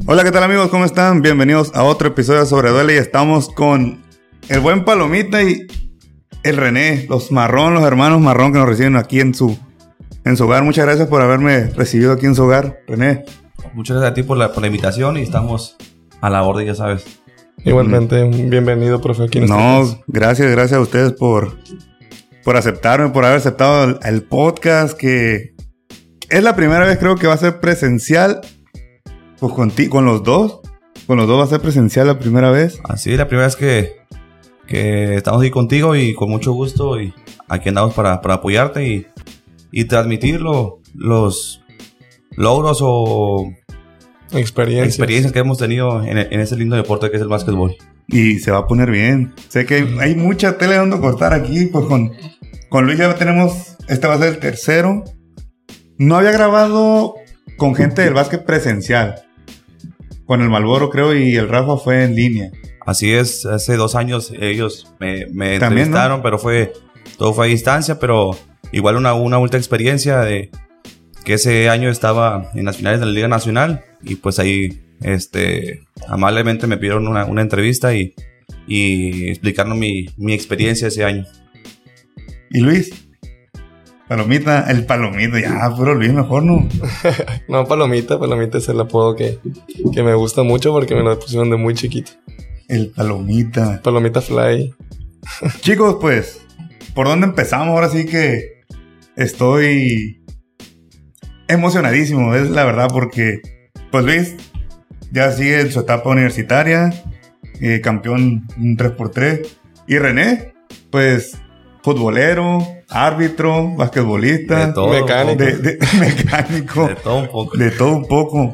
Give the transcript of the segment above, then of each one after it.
Hola, ¿qué tal amigos? ¿Cómo están? Bienvenidos a otro episodio de Sobreduele y estamos con el buen Palomita y el René, los hermanos Marrón que nos reciben aquí en su hogar. Muchas gracias por haberme recibido aquí en su hogar, René. Muchas gracias a ti por la invitación y estamos a la orden, ya sabes. Igualmente, bienvenido, profe. Aquí gracias a ustedes por aceptarme, por haber aceptado el podcast, que es la primera vez creo que va a ser presencial. Pues con los dos va a ser presencial la primera vez. Así es, la primera vez que estamos aquí contigo y con mucho gusto y aquí andamos para apoyarte y transmitir los logros o experiencias que hemos tenido en ese lindo deporte que es el básquetbol. Y se va a poner bien. Sé que hay mucha tela donde cortar aquí, pues con Luis ya tenemos, este va a ser el tercero. No había grabado con gente del básquet presencial. Con el Malboro, creo, y el Rafa fue en línea. Así es, hace 2 años ellos me entrevistaron, ¿no? Pero todo fue a distancia, pero igual una última experiencia de que ese año estaba en las finales de la Liga Nacional y pues ahí amablemente me pidieron una entrevista y explicaron mi experiencia ese año. ¿Y Luis? Palomita, el Palomita, ya, puro Luis, mejor, ¿no? No, Palomita es el apodo que me gusta mucho porque me lo pusieron de muy chiquito. El Palomita. Palomita Fly. Chicos, pues, ¿por dónde empezamos? Ahora sí que estoy emocionadísimo, es la verdad, porque, pues Luis ya sigue en su etapa universitaria, campeón 3x3, y René, pues, futbolero, árbitro, basquetbolista, de todo, mecánico, de todo un poco. De todo un poco.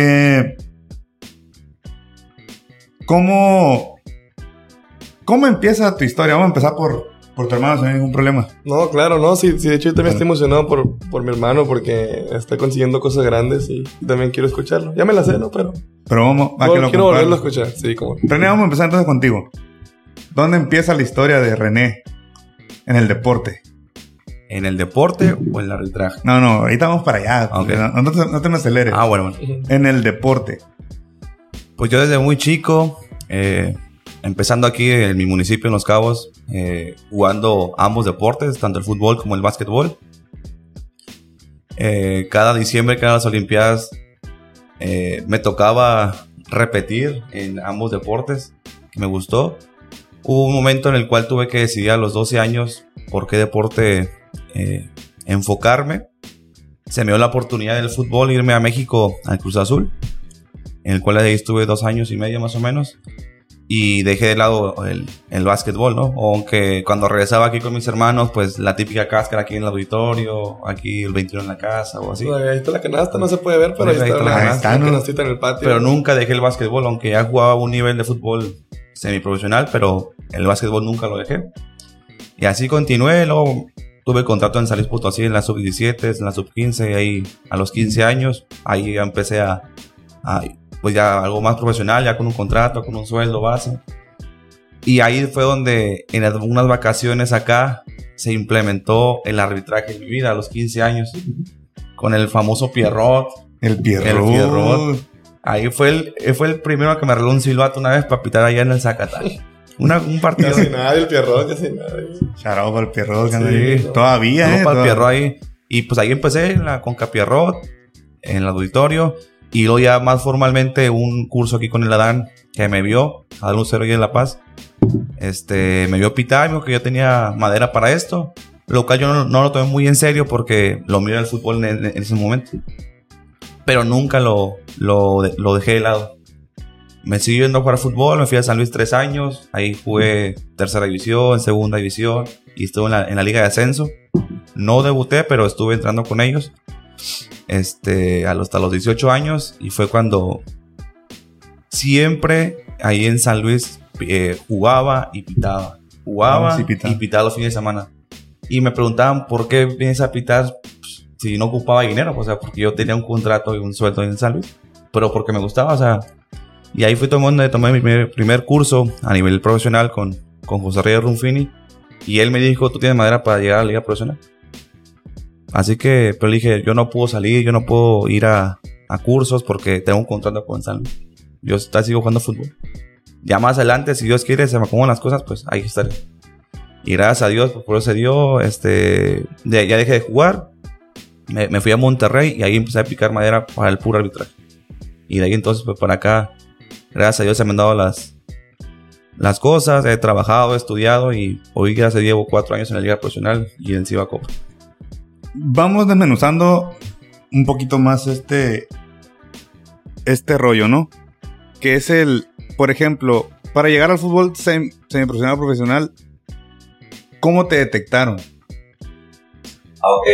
¿Cómo empieza tu historia? Vamos a empezar por tu hermano, sin ningún problema. No, claro, no, sí, de hecho yo también estoy emocionado por mi hermano porque está consiguiendo cosas grandes y también quiero escucharlo. Ya me la sé, ¿no? Pero vamos a que lo quiero volverlo a escuchar, sí, como. René, vamos a empezar entonces contigo. ¿Dónde empieza la historia de René en el deporte? ¿En el deporte o en el arbitraje? No, ahorita vamos para allá. Okay. No te me aceleres. Bueno. En el deporte. Pues yo desde muy chico, empezando aquí en mi municipio, en Los Cabos, jugando ambos deportes, tanto el fútbol como el básquetbol. Cada diciembre, cada las Olimpiadas, me tocaba repetir en ambos deportes, que me gustó. Hubo un momento en el cual tuve que decidir a los 12 años por qué deporte enfocarme. Se me dio la oportunidad del fútbol irme a México al Cruz Azul, en el cual ahí estuve 2 años y medio más o menos, y dejé de lado el básquetbol, ¿no? Aunque cuando regresaba aquí con mis hermanos, pues la típica cáscara aquí en el auditorio, aquí el 21 en la casa o así. Ahí está la canasta, no se puede ver, pero ahí está la canastita en el patio. Pero nunca dejé el básquetbol, aunque ya jugaba a un nivel de fútbol semiprofesional, pero el básquetbol nunca lo dejé. Y así continué, luego tuve contrato en San Luis Potosí en la sub-17, en la sub-15, y ahí a los 15 años, ahí ya empecé a pues ya algo más profesional, ya con un contrato, con un sueldo base. Y ahí fue donde en algunas vacaciones acá se implementó el arbitraje en mi vida a los 15 años, con el famoso Pierrot. El Pierrot. Ahí fue el primero que me arregló un silbato una vez para pitar allá en el Zacatán. Un partido. Casi nadie, el Pierrot, casi nadie. Charao para el Pierrot. Sí, todavía, para el Pierrot ahí. Y pues ahí empecé en la Conca Pierrot, en el auditorio. Y luego ya no un curso aquí con el Adán, que me vio, a dar un cero ahí en La Paz. Me vio pitar, me dijo que yo tenía madera para esto. Lo cual yo no lo tomé muy en serio porque lo miré en el fútbol en ese momento. Pero nunca lo dejé de lado. Me seguí yendo a jugar fútbol, me fui a San Luis 3 años. Ahí jugué tercera división, segunda división. Y estuve en la liga de ascenso. No debuté, pero estuve entrando con ellos. Hasta los 18 años. Y fue cuando siempre ahí en San Luis jugaba y pitaba. Jugaba y pitaba los fines de semana. Y me preguntaban por qué vienes a pitar si no ocupaba dinero. O sea, porque yo tenía un contrato y un sueldo en San Luis. Pero porque me gustaba, o sea. Y ahí fui tomé mi primer curso a nivel profesional con José Reyes Runfini. Y él me dijo, tú tienes madera para llegar a la liga profesional. Así que, pero le dije, yo no puedo salir, yo no puedo ir a a cursos porque tengo un contrato con San Luis. Yo sigo jugando fútbol. Ya más adelante, si Dios quiere, se me acomodan las cosas, pues ahí estaré. Y gracias a Dios, pues, por eso se dio, ya dejé de jugar. Me fui a Monterrey y ahí empecé a picar madera para el puro arbitraje. Y de ahí entonces, pues para acá, gracias a Dios se me han dado las cosas. He trabajado, he estudiado y hoy gracias a Dios llevo 4 años en la Liga Profesional y en Ciba Copa. Vamos desmenuzando un poquito más este rollo, ¿no? Que es por ejemplo, para llegar al fútbol semiprofesional profesional, ¿cómo te detectaron? Ok.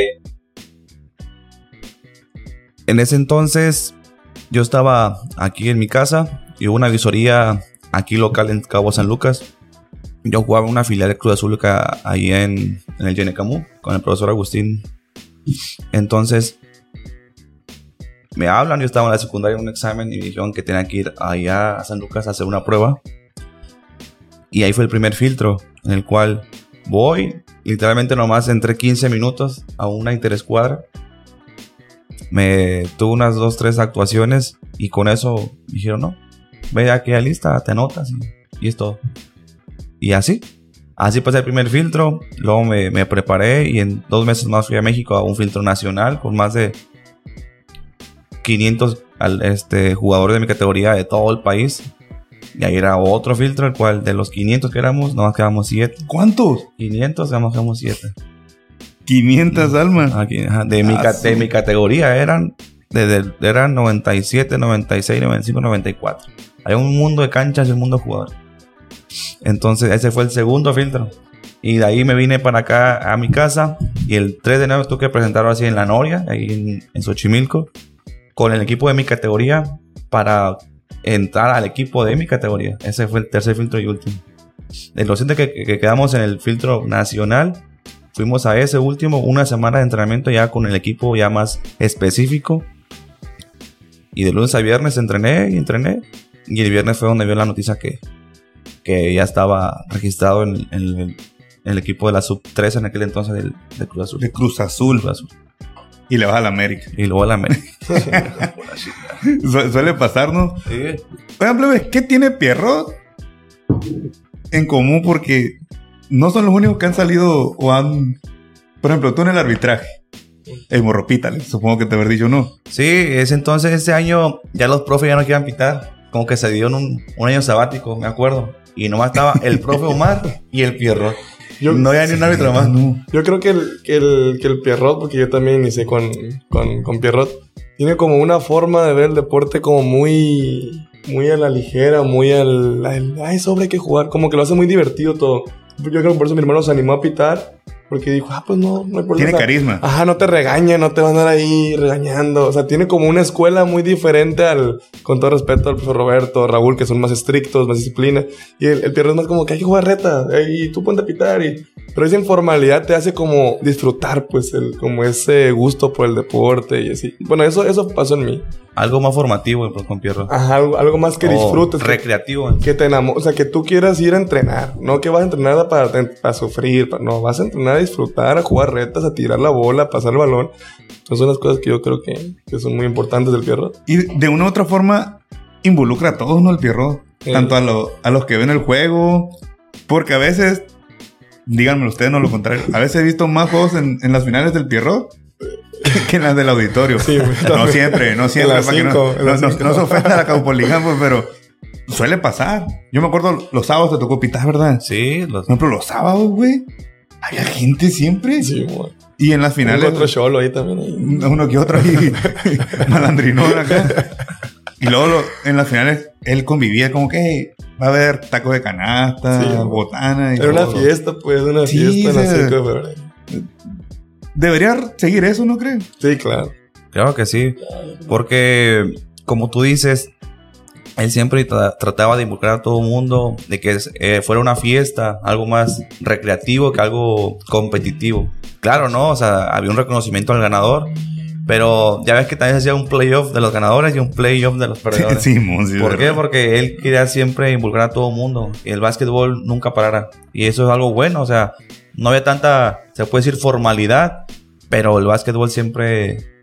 En ese entonces, yo estaba aquí en mi casa y hubo una visoría aquí local en Cabo San Lucas. Yo jugaba en una filial de Cruz Azul ahí en el Yenecamú con el profesor Agustín. Entonces, me hablan, yo estaba en la secundaria en un examen y me dijeron que tenía que ir allá a San Lucas a hacer una prueba. Y ahí fue el primer filtro en el cual voy, literalmente nomás entré 15 minutos a una interescuadra. Tuve unas 2-3 actuaciones y con eso me dijeron, no, ve aquí a lista, te anotas y es todo. Y así pasé el primer filtro, luego me preparé y en 2 meses más fui a México a un filtro nacional con más de 500 jugadores de mi categoría de todo el país. Y ahí era otro filtro, el cual de los 500 que éramos, nomás quedamos 7. ¿Cuántos? 500, quedamos 7. 500 almas. Aquí, de mi categoría eran 97, 96, 95, 94. Hay un mundo de canchas y un mundo de jugadores. Entonces ese fue el segundo filtro. Y de ahí me vine para acá a mi casa. Y el 3 de enero tuve que presentarlo así en La Noria, ahí en Xochimilco, con el equipo de mi categoría para entrar al equipo de mi categoría. Ese fue el tercer filtro y último. De los 7 que quedamos en el filtro nacional, fuimos a ese último, una semana de entrenamiento ya con el equipo ya más específico. Y de lunes a viernes entrené. Y el viernes fue donde vio la noticia que ya estaba registrado en el equipo de la Sub-3 en aquel entonces de Cruz Azul. De Cruz Azul. Y le vas a la América. Y luego a la América. Suele pasar, ¿no? Sí. Por ejemplo, ¿qué tiene Pierrot en común? Porque no son los únicos que han salido o han... Por ejemplo, tú en el arbitraje. El Morropita, supongo que te haber dicho no. Sí, ese año ya los profes ya no querían pitar. Como que se dio en un año sabático, me acuerdo. Y nomás estaba el profe Omar y el Pierrot. No había ni un árbitro más. No. Yo creo que el Pierrot, porque yo también inicié con Pierrot, tiene como una forma de ver el deporte como muy a la ligera, muy ay, sobre hay que jugar. Como que lo hace muy divertido todo. Yo creo que por eso mi hermano se animó a pitar. Porque dijo, pues no hay problema. Tiene carisma. Ajá, no te regaña, no te van a andar ahí regañando. O sea, tiene como una escuela muy diferente con todo respeto al profesor Roberto, Raúl, que son más estrictos, más disciplina. Y el Pierrot es más como que hay que jugar reta. Y tú ponte a pitar. Pero esa informalidad te hace como disfrutar, pues, como ese gusto por el deporte y así. Bueno, eso pasó en mí. Algo más formativo con Pierrot. Ajá, algo más que disfrutes. Recreativo. Que te enamores. O sea, que tú quieras ir a entrenar. No que vas a entrenar para sufrir. No, vas a entrenar a disfrutar, a jugar retas, a tirar la bola, a pasar el balón. Esas son las cosas que yo creo que son muy importantes del Pierrot. Y de una u otra forma involucra a todos, ¿no? El Pierrot. Tanto a los que ven el juego. Porque a veces, díganme ustedes, no lo contrario. A veces he visto más juegos en las finales del Pierrot que en las del auditorio. Sí, no siempre. Para que no se ofenda a la Caupolicán, pues, pero suele pasar. Yo me acuerdo los sábados te tocó pitar, ¿verdad? Sí. Por ejemplo, los sábados, güey, había gente siempre. Sí, güey. Y en las finales... Otro cholo ahí también. Uno que otro ahí. Malandrinón acá. Y luego en las finales él convivía como que va a haber tacos de canasta, botana y era todo. Una fiesta, pues, fiesta en la 5 de febrero. Debería seguir eso, ¿no crees? Sí, claro. Claro que sí. Porque, como tú dices, él siempre trataba de involucrar a todo el mundo, de que fuera una fiesta, algo más recreativo que algo competitivo. Claro, ¿no? O sea, había un reconocimiento al ganador, pero ya ves que también se hacía un playoff de los ganadores y un playoff de los perdedores. Sí, ¿Por qué? Porque él quería siempre involucrar a todo el mundo y el básquetbol nunca parara. Y eso es algo bueno, o sea, no había tanta, se puede decir, formalidad, pero el básquetbol siempre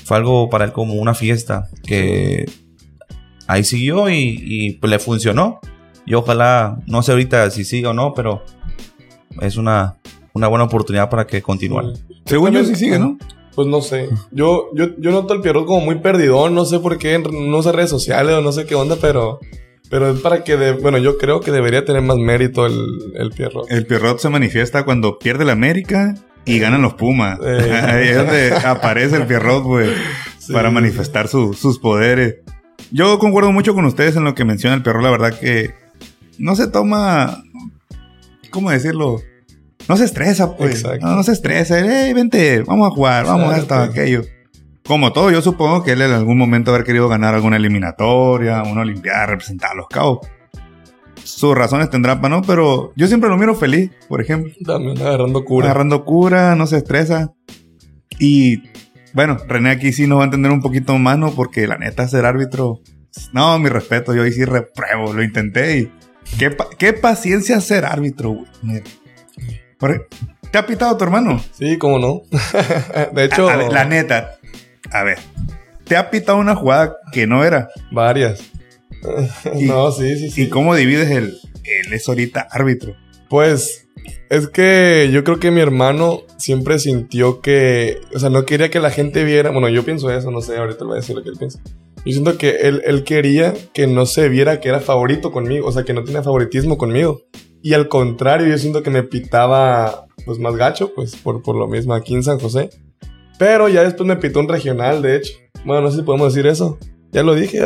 fue algo para él como una fiesta, que ahí siguió y pues le funcionó. Y ojalá, no sé ahorita si sigue o no, pero es una buena oportunidad para que continúe. Según yo sí sigue, ¿no? Pues no sé. Yo noto al Pierrot como muy perdidón. No sé por qué. No usa redes sociales o no sé qué onda, pero es para que... Bueno, yo creo que debería tener más mérito el Pierrot. El Pierrot se manifiesta cuando pierde la América y ganan los Pumas. Ahí es donde aparece el Pierrot, güey. Sí. Para manifestar sus poderes. Yo concuerdo mucho con ustedes en lo que menciona el Pierrot. La verdad que no se toma... ¿Cómo decirlo? No se estresa, pues. No se estresa. Vente, vamos a jugar, vamos a esto, aquello. Como todo, yo supongo que él en algún momento haber querido ganar alguna eliminatoria, una olimpiada, representar a los Cabos. Sus razones tendrá para no, pero yo siempre lo miro feliz, por ejemplo. También agarrando cura. Agarrando cura, no se estresa. Y bueno, René aquí sí nos va a entender un poquito más, ¿no? Porque la neta, ser árbitro... No, mi respeto, yo ahí sí repruebo, lo intenté y... ¿Qué paciencia ser árbitro, güey? Mira. ¿Te ha pitado tu hermano? Sí, cómo no. De hecho... A ver, la neta. A ver. ¿Te ha pitado una jugada que no era? Varias. No, sí. ¿Y cómo divides él es ahorita árbitro? Pues... Es que yo creo que mi hermano siempre sintió que... O sea, no quería que la gente viera... Bueno, yo pienso eso, no sé, ahorita le voy a decir lo que él piensa. Yo siento que él quería que no se viera que era favorito conmigo. O sea, que no tenía favoritismo conmigo. Y al contrario, yo siento que me pitaba pues más gacho, pues por lo mismo aquí en San José. Pero ya después me pitó un regional, de hecho. Bueno, no sé si podemos decir eso. Ya lo dije,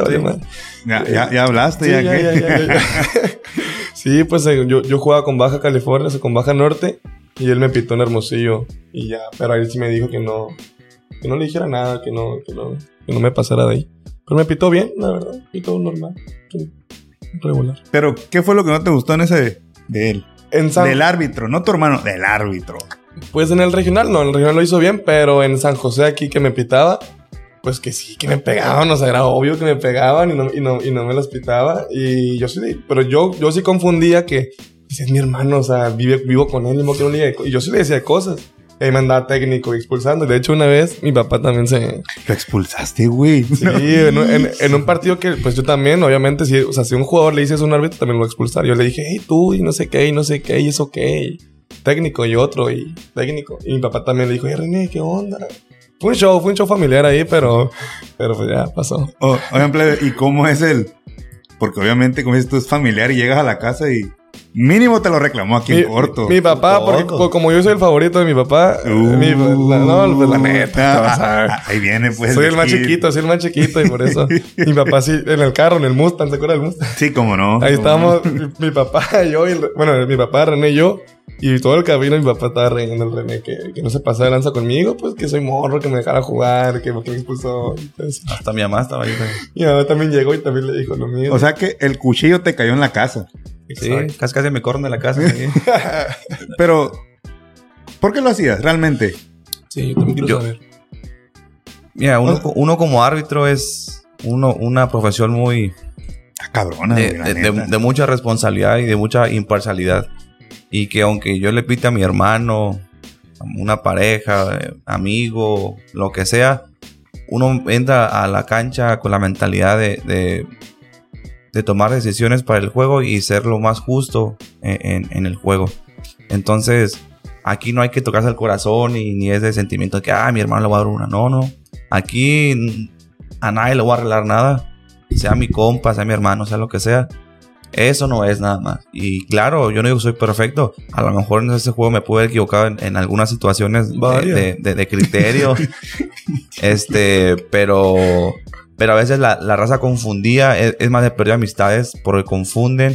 ya hablaste, sí, ya. Sí, pues yo jugaba con Baja California, o sea, con Baja Norte. Y él me pitó en Hermosillo. Y ya, pero ahí sí me dijo que no le dijera nada, que no me pasara de ahí. Pero me pitó bien, la verdad. Pitó normal, regular. Pero, ¿qué fue lo que no te gustó en ese de él? Del árbitro, no tu hermano, del árbitro. Pues en el regional lo hizo bien, pero en San José aquí que me pitaba, pues que sí, que me pegaban, o sea, era obvio que me pegaban y no me las pitaba. Y yo sí, pero yo sí confundía que pues, es mi hermano, o sea, vivo con él, mismo que no le diga, y yo sí le decía cosas. Y ahí me andaba técnico expulsando. De hecho, una vez mi papá también se... ¿Lo expulsaste, güey? Sí, en un partido que... Pues yo también, obviamente, si un jugador le dice eso a un árbitro, también lo voy a expulsar. Yo le dije, hey, tú, y no sé qué, y eso qué. Y técnico, y otro, y técnico. Y mi papá también le dijo, René, ¿qué onda? Fue un show familiar ahí, pero pues ya pasó. Por ejemplo, ¿y cómo es Porque obviamente, como dices tú, es familiar y llegas a la casa y... Mínimo te lo reclamó aquí en corto. Mi papá, porque como yo soy el favorito de mi papá, pues la neta. Ahí viene, pues. Soy el más chiquito y por eso. Mi papá sí, en el carro, en el Mustang, ¿te acuerdas del Mustang? Sí, cómo no. Ahí estábamos, mi papá, yo, mi papá, René y yo. Y todo el camino mi papá estaba regañando al René que no se pasara de lanza conmigo, pues que soy morro, que me dejara jugar, que me expulsó. Entonces, hasta mi mamá estaba ahí. Mi mamá también llegó y también le dijo lo mismo. O sea que el cuchillo te cayó en la casa. Sí, casi me corren de la casa. Pero, ¿por qué lo hacías realmente? Sí, yo también quiero saber. Mira, uno como árbitro es una profesión muy... cabrona. De mucha responsabilidad y de mucha imparcialidad. Y que aunque yo le pite a mi hermano, a una pareja, amigo, lo que sea, uno entra a la cancha con la mentalidad de tomar decisiones para el juego y ser lo más justo en el juego. Entonces, aquí no hay que tocarse el corazón ni es de sentimiento de que, mi hermano le va a dar una. No. Aquí a nadie le voy a arreglar nada. Sea mi compa, sea mi hermano, sea lo que sea. Eso no es nada más. Y claro, yo no digo que soy perfecto. A lo mejor en ese juego me pude equivocar en algunas situaciones de criterio. Pero a veces la raza confundía. Es más de perder amistades porque confunden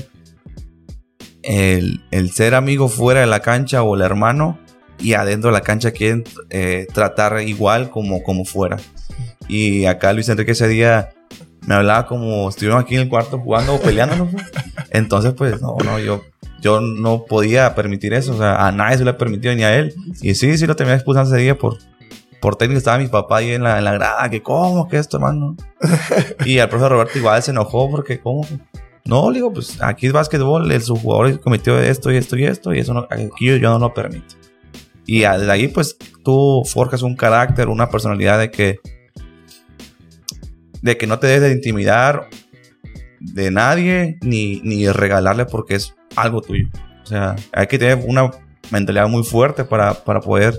el ser amigo fuera de la cancha o el hermano, y adentro de la cancha quieren tratar igual como fuera. Y acá Luis Enrique ese día me hablaba como estuvieron aquí en el cuarto jugando o peleándonos. Entonces, pues, yo no podía permitir eso. O sea, a nadie se lo he permitido, ni a él. Y sí lo terminé expulsando ese día por técnico. Estaba mi papá ahí en la grada. Que, ¿cómo que esto, hermano? Y al profesor Roberto igual se enojó porque, ¿cómo? No, le digo, pues, aquí es básquetbol. Su jugador cometió esto y esto y esto. Y eso aquí yo no lo permito. Y desde ahí, pues, tú forjas un carácter, una personalidad de que de que no te debes de intimidar de nadie ni regalarle porque es algo tuyo. O sea, hay que tener una mentalidad muy fuerte para poder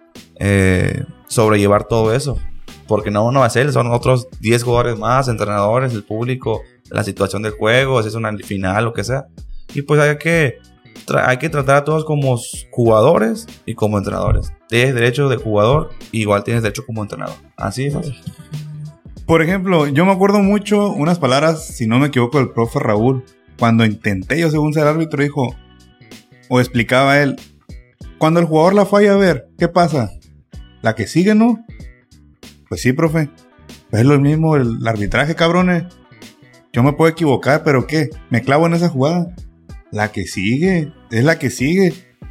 sobrellevar todo eso. Porque no va a ser, son otros 10 jugadores más, entrenadores, el público, la situación del juego, si es una final, lo que sea. Y pues hay que tratar a todos como jugadores y como entrenadores. Tienes derecho de jugador, igual tienes derecho como entrenador. Así es. Por ejemplo, yo me acuerdo mucho unas palabras, si no me equivoco, del profe Raúl. Cuando intenté yo, según ser árbitro, dijo, o explicaba él, cuando el jugador la falla, a ver, ¿qué pasa? ¿La que sigue, no? Pues sí, profe. Pues es lo mismo el arbitraje, cabrones. Yo me puedo equivocar, pero ¿qué? Me clavo en esa jugada. La que sigue, es la que sigue.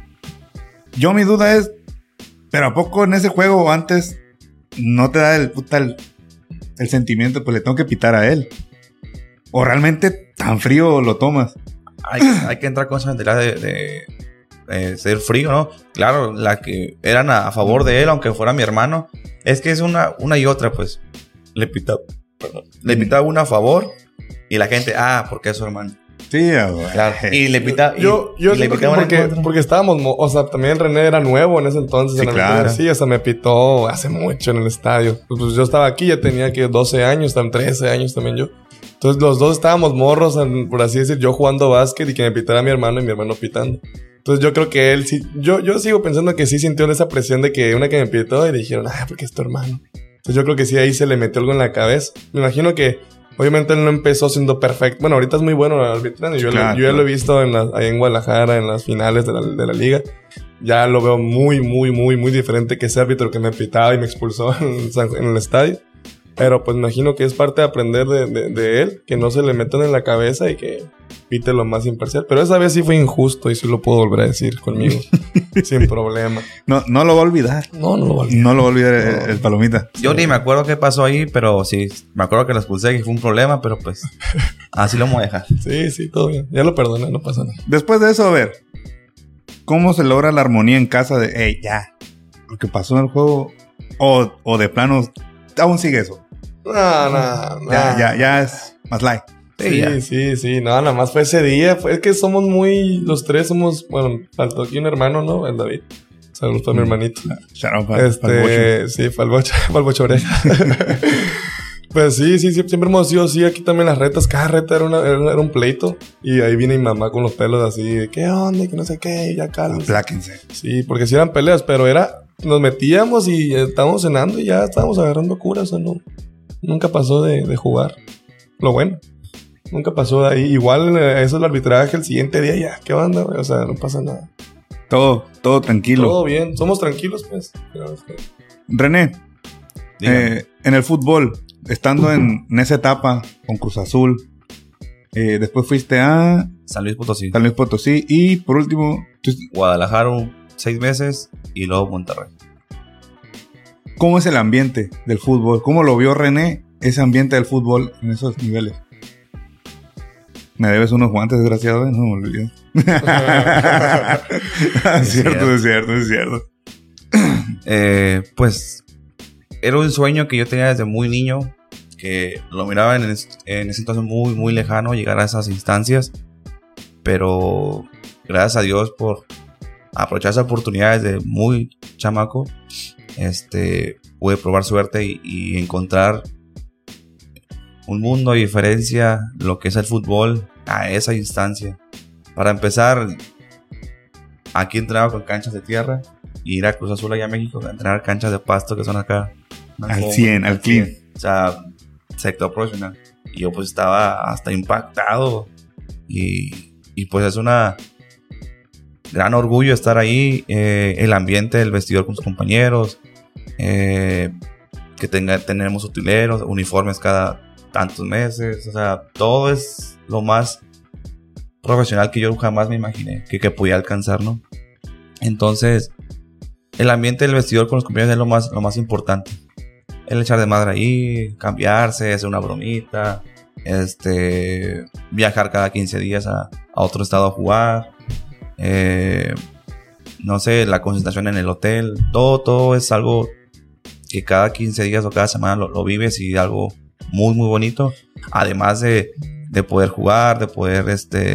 Yo mi duda es, ¿pero a poco en ese juego antes no te da el sentimiento, pues le tengo que pitar a él? ¿O realmente tan frío lo tomas? Hay que entrar con esa mentalidad de ser frío, ¿no? Claro, la que eran a favor de él, aunque fuera mi hermano, es que es una y otra, pues. Le pitaba una a favor y la gente, porque es su hermano. Sí, güey. Claro. Y le pitaba. Yo le pitaba porque estábamos, o sea, también René era nuevo en ese entonces. Sí, claro. Sí, o sea, me pitó hace mucho en el estadio. Pues yo estaba aquí, ya tenía que 12 años, 13 años también yo. Entonces los dos estábamos morros, por así decir, yo jugando básquet y que me pitara mi hermano y mi hermano pitando. Entonces yo creo que él sí, yo sigo pensando que sí sintió esa presión de que una que me pitó y dijeron, porque es tu hermano. Entonces yo creo que sí ahí se le metió algo en la cabeza. Me imagino que obviamente él no empezó siendo perfecto. Bueno, ahorita es muy bueno arbitrando. Yo ya lo he visto ahí en Guadalajara, en las finales de la liga. Ya lo veo muy, muy, muy, muy diferente que ese árbitro que me pitaba y me expulsó en el estadio. Pero pues me imagino que es parte de aprender de él, que no se le metan en la cabeza y que pite lo más imparcial. Pero esa vez sí fue injusto y sí lo puedo volver a decir conmigo, sin problema. No lo va a olvidar. No lo va a olvidar. No lo va a olvidar el palomita. Yo ni me acuerdo qué pasó ahí, pero sí, me acuerdo que lo expulsé, que fue un problema, pero pues así lo vamos a dejar. Sí, todo bien. Ya lo perdoné, no pasa nada. Después de eso, a ver, ¿cómo se logra la armonía en casa de, ya, lo que pasó en el juego, o de plano, aún sigue eso? No. Ya es más light. Sí. No, nada más fue ese día. Es que somos los tres somos, bueno, faltó aquí un hermano, ¿no? El David. Saludos para mi hermanito. Sí, para el bocho oreja. Pues sí, siempre hemos sido así. Aquí también las retas, cada reta era un pleito. Y ahí viene mi mamá con los pelos así, de ¿qué onda? Que no sé qué, ya cálmense. Apláquense. Sí, porque sí eran peleas, pero nos metíamos y estábamos cenando y ya estábamos agarrando curas, o no. Nunca pasó de jugar. Lo bueno. Nunca pasó de ahí. Igual eso es el arbitraje el siguiente día ya. ¿Qué onda, güey? O sea, no pasa nada. Todo tranquilo. Todo bien. Somos tranquilos, pues. René, en el fútbol, estando en esa etapa con Cruz Azul, después fuiste a San Luis Potosí. Y por último, Guadalajara 6 meses y luego Monterrey. ¿Cómo es el ambiente del fútbol? ¿Cómo lo vio René, ese ambiente del fútbol en esos niveles? Me debes unos guantes, desgraciado, no me olvidé. Es cierto. Pues era un sueño que yo tenía desde muy niño, que lo miraba en ese entonces muy, muy lejano, llegar a esas instancias. Pero gracias a Dios por aprovechar esas oportunidades de muy chamaco. Pude probar suerte y encontrar un mundo de diferencia lo que es el fútbol a esa instancia. Para empezar, aquí entrenaba con canchas de tierra y ir a Cruz Azul allá a México a entrenar canchas de pasto que son acá al 100, al clean. O sea, sector profesional. Y yo pues estaba hasta impactado y pues es una gran orgullo estar ahí, el ambiente del vestidor con sus compañeros, que tenemos utileros, uniformes cada tantos meses, o sea, todo es lo más profesional que yo jamás me imaginé que podía alcanzar, ¿no? Entonces, el ambiente del vestidor con los compañeros es lo más importante. El echar de madre ahí, cambiarse, hacer una bromita, viajar cada 15 días a otro estado a jugar, no sé, la concentración en el hotel, todo es algo que cada 15 días o cada semana lo vives y algo muy, muy bonito. Además de poder jugar, de poder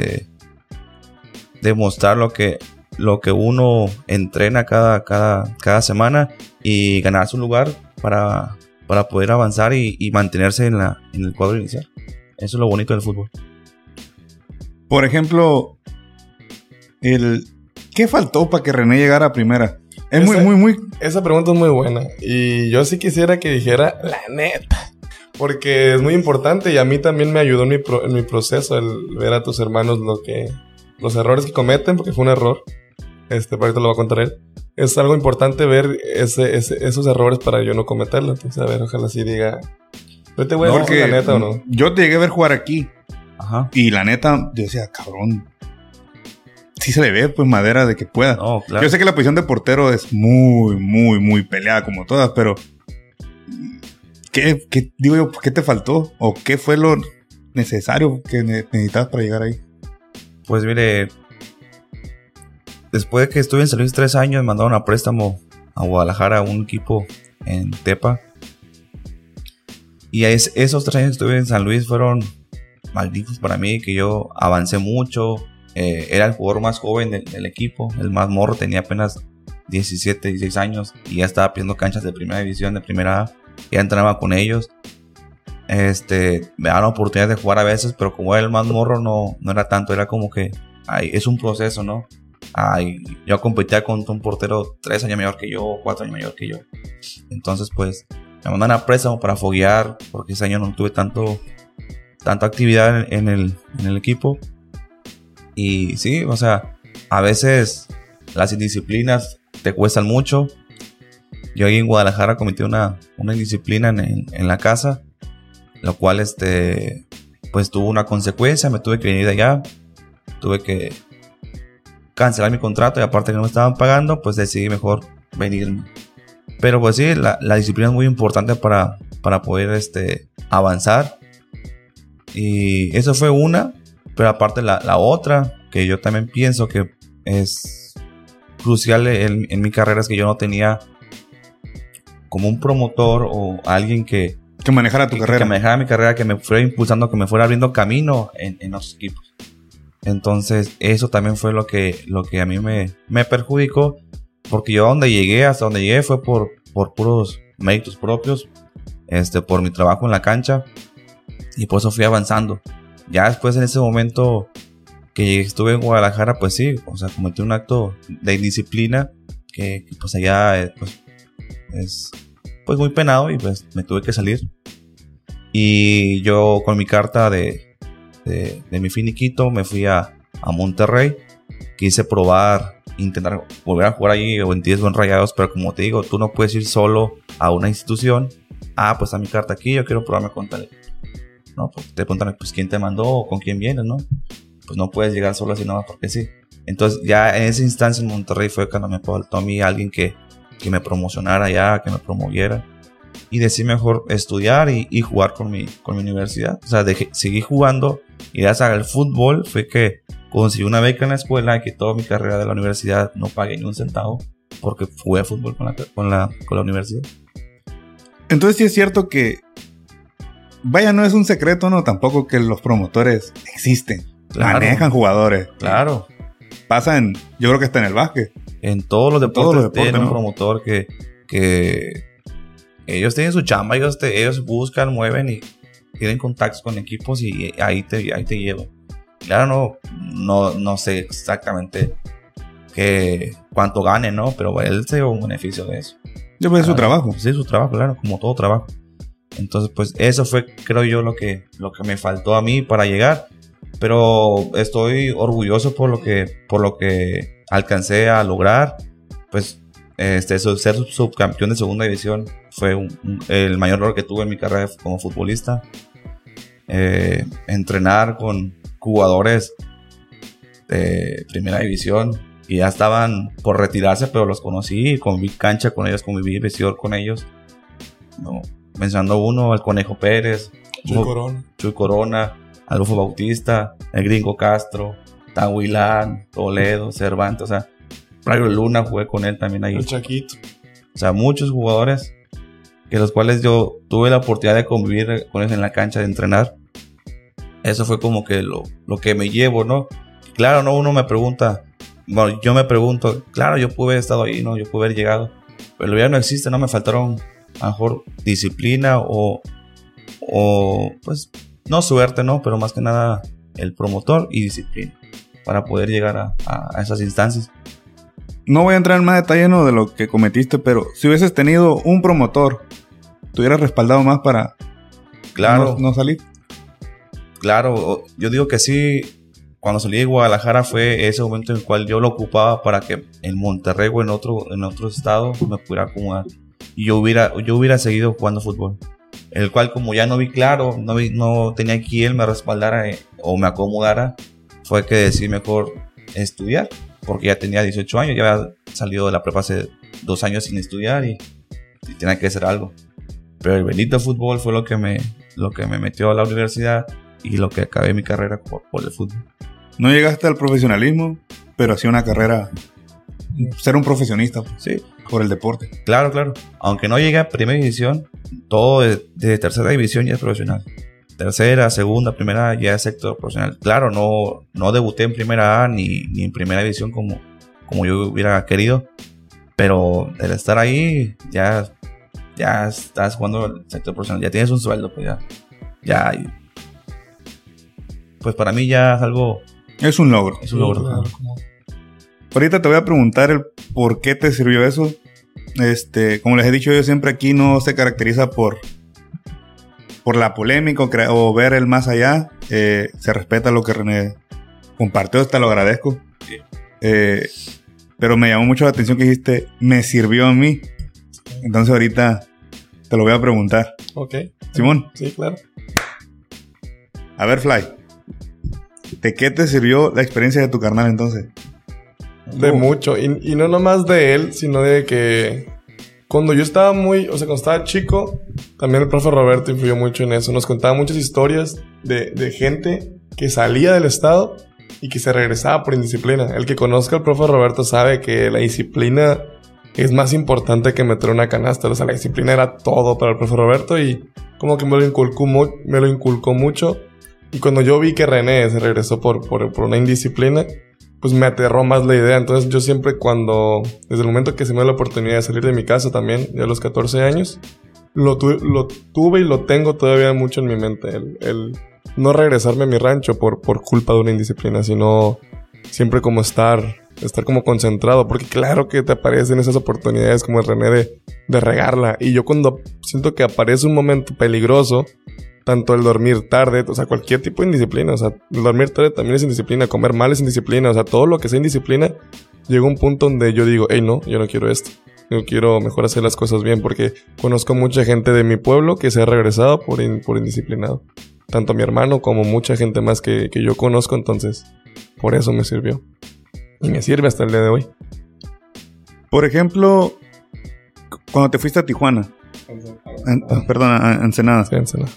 demostrar lo que uno entrena cada semana y ganar su lugar para poder avanzar y mantenerse en el cuadro inicial. Eso es lo bonito del fútbol. Por ejemplo, ¿qué faltó para que René llegara a primera? Es muy... Esa pregunta es muy buena. Y yo sí quisiera que dijera la neta. Porque es muy importante y a mí también me ayudó en mi proceso el ver a tus hermanos los errores que cometen, porque fue un error. Por ahorita lo va a contar él. Es algo importante ver esos errores para yo no cometerlos. Entonces, a ver, ojalá sí diga... Yo te voy a decir la neta o no. Yo te llegué a ver jugar aquí. Ajá. Y la neta, yo decía, cabrón... Sí se le ve, pues, madera de que pueda. No, claro. Yo sé que la posición de portero es muy, muy, muy peleada como todas, pero... ¿Qué te faltó? ¿O qué fue lo necesario que necesitabas para llegar ahí? Pues mire... Después de que estuve en San Luis 3 años, me mandaron a préstamo a Guadalajara a un equipo en Tepa. Y esos 3 años que estuve en San Luis fueron malditos para mí, que yo avancé mucho. Era el jugador más joven del equipo, el más morro, tenía apenas 17, 16 años y ya estaba pidiendo canchas de primera división, de primera A, ya entrenaba con ellos. Me daban la oportunidad de jugar a veces, pero como era el más morro no era tanto, era como que es un proceso, ¿no? Yo competía contra un portero 3 años mayor que yo, 4 años mayor que yo. Entonces pues me mandan a préstamo para foguear, porque ese año no tuve tanta actividad en el equipo. Y sí, o sea, a veces las indisciplinas te cuestan mucho. Yo ahí en Guadalajara cometí una indisciplina en la casa, lo cual pues tuvo una consecuencia. Me tuve que venir de allá, tuve que cancelar mi contrato y aparte que no me estaban pagando, pues decidí mejor venirme. Pero pues sí, la disciplina es muy importante para poder avanzar. Y eso fue una. Pero aparte la otra, que yo también pienso que es crucial en mi carrera, es que yo no tenía como un promotor o alguien que manejara tu carrera. Que manejara mi carrera, que me fuera impulsando, que me fuera abriendo camino en los equipos. Entonces eso también fue lo que a mí me perjudicó, porque yo hasta donde llegué fue por puros méritos propios, por mi trabajo en la cancha, y por eso fui avanzando. Ya después, en ese momento que estuve en Guadalajara, pues sí, o sea, cometí un acto de indisciplina que pues allá pues es pues muy penado y pues me tuve que salir. Y yo con mi carta de mi finiquito me fui a Monterrey. Quise intentar volver a jugar allí o en 10 buen Rayados, pero como te digo, tú no puedes ir solo a una institución. Pues está mi carta aquí, yo quiero probarme con tal. No, pues te preguntan, pues quién te mandó o con quién vienes, ¿no? Pues no puedes llegar solo así nomás porque sí. Entonces ya en esa instancia en Monterrey fue cuando me faltó a mí alguien que me promocionara allá, que me promoviera. Y decidí mejor estudiar y jugar con mi universidad. O sea, seguí jugando y gracias al fútbol fue que conseguí una beca en la escuela y que toda mi carrera de la universidad no pagué ni un centavo porque jugué fútbol con la universidad. Entonces sí es cierto que vaya, no es un secreto, no, tampoco que los promotores existen. Claro. Manejan jugadores. Claro. Pasa yo creo que está en el básquet. En todos los deportes tienen un promotor que ellos tienen su chamba, ellos buscan, mueven y tienen contactos con equipos y ahí te llevan. Claro, no sé exactamente cuánto gane, ¿no? Pero él se lleva un beneficio de eso. Yo pues su trabajo. Sí, su trabajo, claro, como todo trabajo. Entonces, pues eso fue, creo yo, lo que me faltó a mí para llegar. Pero estoy orgulloso por lo que alcancé a lograr. Pues ser subcampeón de segunda división fue el mayor logro que tuve en mi carrera como futbolista. Entrenar con jugadores de primera división que ya estaban por retirarse, pero los conocí, conviví cancha con ellos, conviví vestidor con ellos. No, mencionando uno, el Conejo Pérez, Chuy Corona, Adolfo Bautista, el Gringo Castro, Tahuilán, Toledo, Cervantes, o sea, Prayo Luna, jugué con él también ahí. El Chaquito. O sea, muchos jugadores que los cuales yo tuve la oportunidad de convivir con ellos en la cancha, de entrenar. Eso fue como que lo que me llevo, ¿no? Claro, no, uno me pregunta, bueno, yo me pregunto, claro, yo pude haber estado ahí, ¿no? Yo pude haber llegado, pero ya no existe, ¿no? Me faltaron a lo mejor disciplina o pues, no suerte, ¿no? Pero más que nada el promotor y disciplina para poder llegar a esas instancias. No voy a entrar en más detalle, ¿no?, de lo que cometiste, pero si hubieses tenido un promotor, ¿te hubieras respaldado más para claro, no salir? Claro, yo digo que sí. Cuando salí de Guadalajara fue ese momento en el cual yo lo ocupaba para que en Monterrey o en otro estado me pudiera acomodar. Y yo hubiera seguido jugando fútbol. El cual, como ya no vi claro, no tenía quien me respaldara o me acomodara, fue que decidí mejor estudiar. Porque ya tenía 18 años, ya había salido de la prepa hace 2 años sin estudiar y tenía que hacer algo. Pero el bendito fútbol fue lo que me metió a la universidad y lo que acabé mi carrera por el fútbol. No llegaste al profesionalismo, pero hacía una carrera, ser un profesionista, pues, sí, por el deporte. Claro. Aunque no llegué a primera división, todo de tercera división ya es profesional. Tercera, segunda, primera ya es sector profesional. Claro, no debuté en primera A ni en primera división como yo hubiera querido. Pero el estar ahí, ya estás jugando el sector profesional. Ya tienes un sueldo, pues ya. Pues para mí ya es algo... Es un logro. Es un logro. Claro. Ahorita te voy a preguntar el por qué te sirvió eso. Como les he dicho, yo siempre aquí no se caracteriza por la polémica o ver el más allá. Se respeta lo que René compartió, hasta lo agradezco. Sí. Pero me llamó mucho la atención que dijiste, me sirvió a mí. Entonces ahorita te lo voy a preguntar. Ok. Simón. Sí, claro. A ver, Fly. ¿De qué te sirvió la experiencia de tu carnal entonces? De mucho. Y no nomás de él, sino de que cuando yo estaba cuando estaba chico, también el profe Roberto influyó mucho en eso. Nos contaba muchas historias de gente que salía del estado y que se regresaba por indisciplina. El que conozca al profe Roberto sabe que la disciplina es más importante que meter una canasta. O sea, la disciplina era todo para el profe Roberto y como que me lo inculcó mucho. Y cuando yo vi que René se regresó por una indisciplina, pues me aterró más la idea. Entonces yo siempre desde el momento que se me dio la oportunidad de salir de mi casa también, ya a los 14 años, lo tuve y lo tengo todavía mucho en mi mente. El no regresarme a mi rancho por culpa de una indisciplina, sino siempre como estar como concentrado. Porque claro que te aparecen esas oportunidades como el René de regarla. Y yo cuando siento que aparece un momento peligroso, tanto el dormir tarde, o sea, cualquier tipo de indisciplina, o sea, el dormir tarde también es indisciplina, comer mal es indisciplina, o sea, todo lo que sea indisciplina, llega un punto donde yo digo, hey, no, yo no quiero esto, yo quiero mejor hacer las cosas bien, porque conozco mucha gente de mi pueblo que se ha regresado por indisciplinado, tanto mi hermano como mucha gente más que yo conozco, entonces, por eso me sirvió, y me sirve hasta el día de hoy. Por ejemplo, cuando te fuiste a Tijuana, a Ensenada. Sí, Ensenada.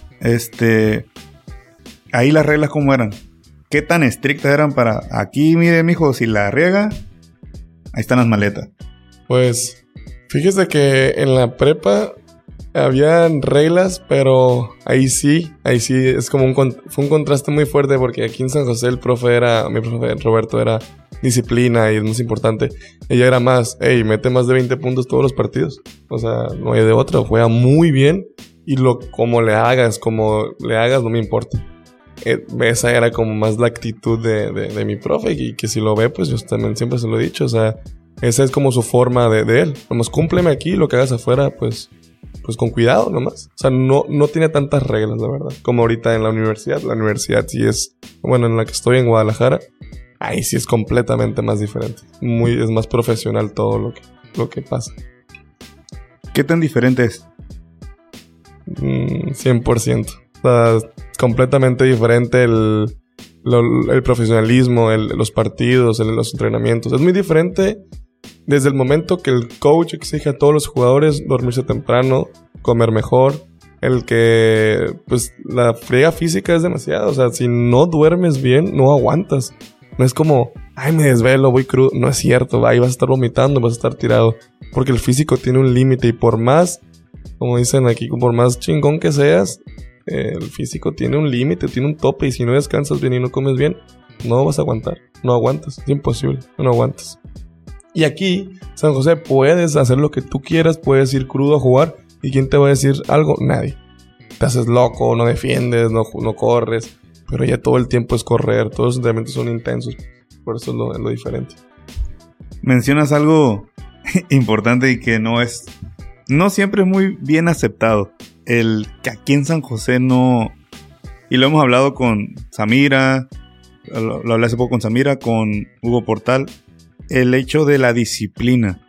Ahí las reglas cómo eran, qué tan estrictas eran para aquí, mire mijo, si la riega, ahí están las maletas. Pues fíjese que en la prepa habían reglas, pero ahí sí es como fue un contraste muy fuerte, porque aquí en San José mi profe Roberto era disciplina y es más importante. Ella era más, mete más de 20 puntos todos los partidos, o sea, no hay de otra, juega muy bien y como le hagas no me importa. Esa era como más la actitud de mi profe, y que si lo ve, pues yo también siempre se lo he dicho, o sea, esa es como su forma de él. Nomás cúmpleme aquí, lo que hagas afuera, pues con cuidado nomás. O sea, no tiene tantas reglas, la verdad, como ahorita en la universidad. La universidad sí es, bueno, en la que estoy en Guadalajara, ahí sí es completamente más diferente. Es más profesional todo lo que pasa. ¿Qué tan diferente es? 100%. O sea, es completamente diferente el profesionalismo, los partidos, los entrenamientos. Es muy diferente desde el momento que el coach exige a todos los jugadores dormirse temprano, comer mejor. El que, pues, la friega física es demasiado. O sea, si no duermes bien, no aguantas. No es como, me desvelo, voy crudo. No es cierto, ahí vas a estar vomitando, vas a estar tirado. Porque el físico tiene un límite, y por más Como dicen aquí, por más chingón que seas, el físico tiene un límite, tiene un tope. Y si no descansas bien y no comes bien, no vas a aguantar. No aguantas, es imposible, no aguantas. Y aquí, San José, puedes hacer lo que tú quieras, puedes ir crudo a jugar. ¿Y quién te va a decir algo? Nadie. Te haces loco, no defiendes, no corres. Pero ya todo el tiempo es correr, todos los entrenamientos son intensos. Por eso es lo diferente. Mencionas algo importante y que no siempre es muy bien aceptado. El que aquí en San José no... Y lo hemos hablado con Samira, lo hablé hace poco con Samira, con Hugo Portal, el hecho de la disciplina.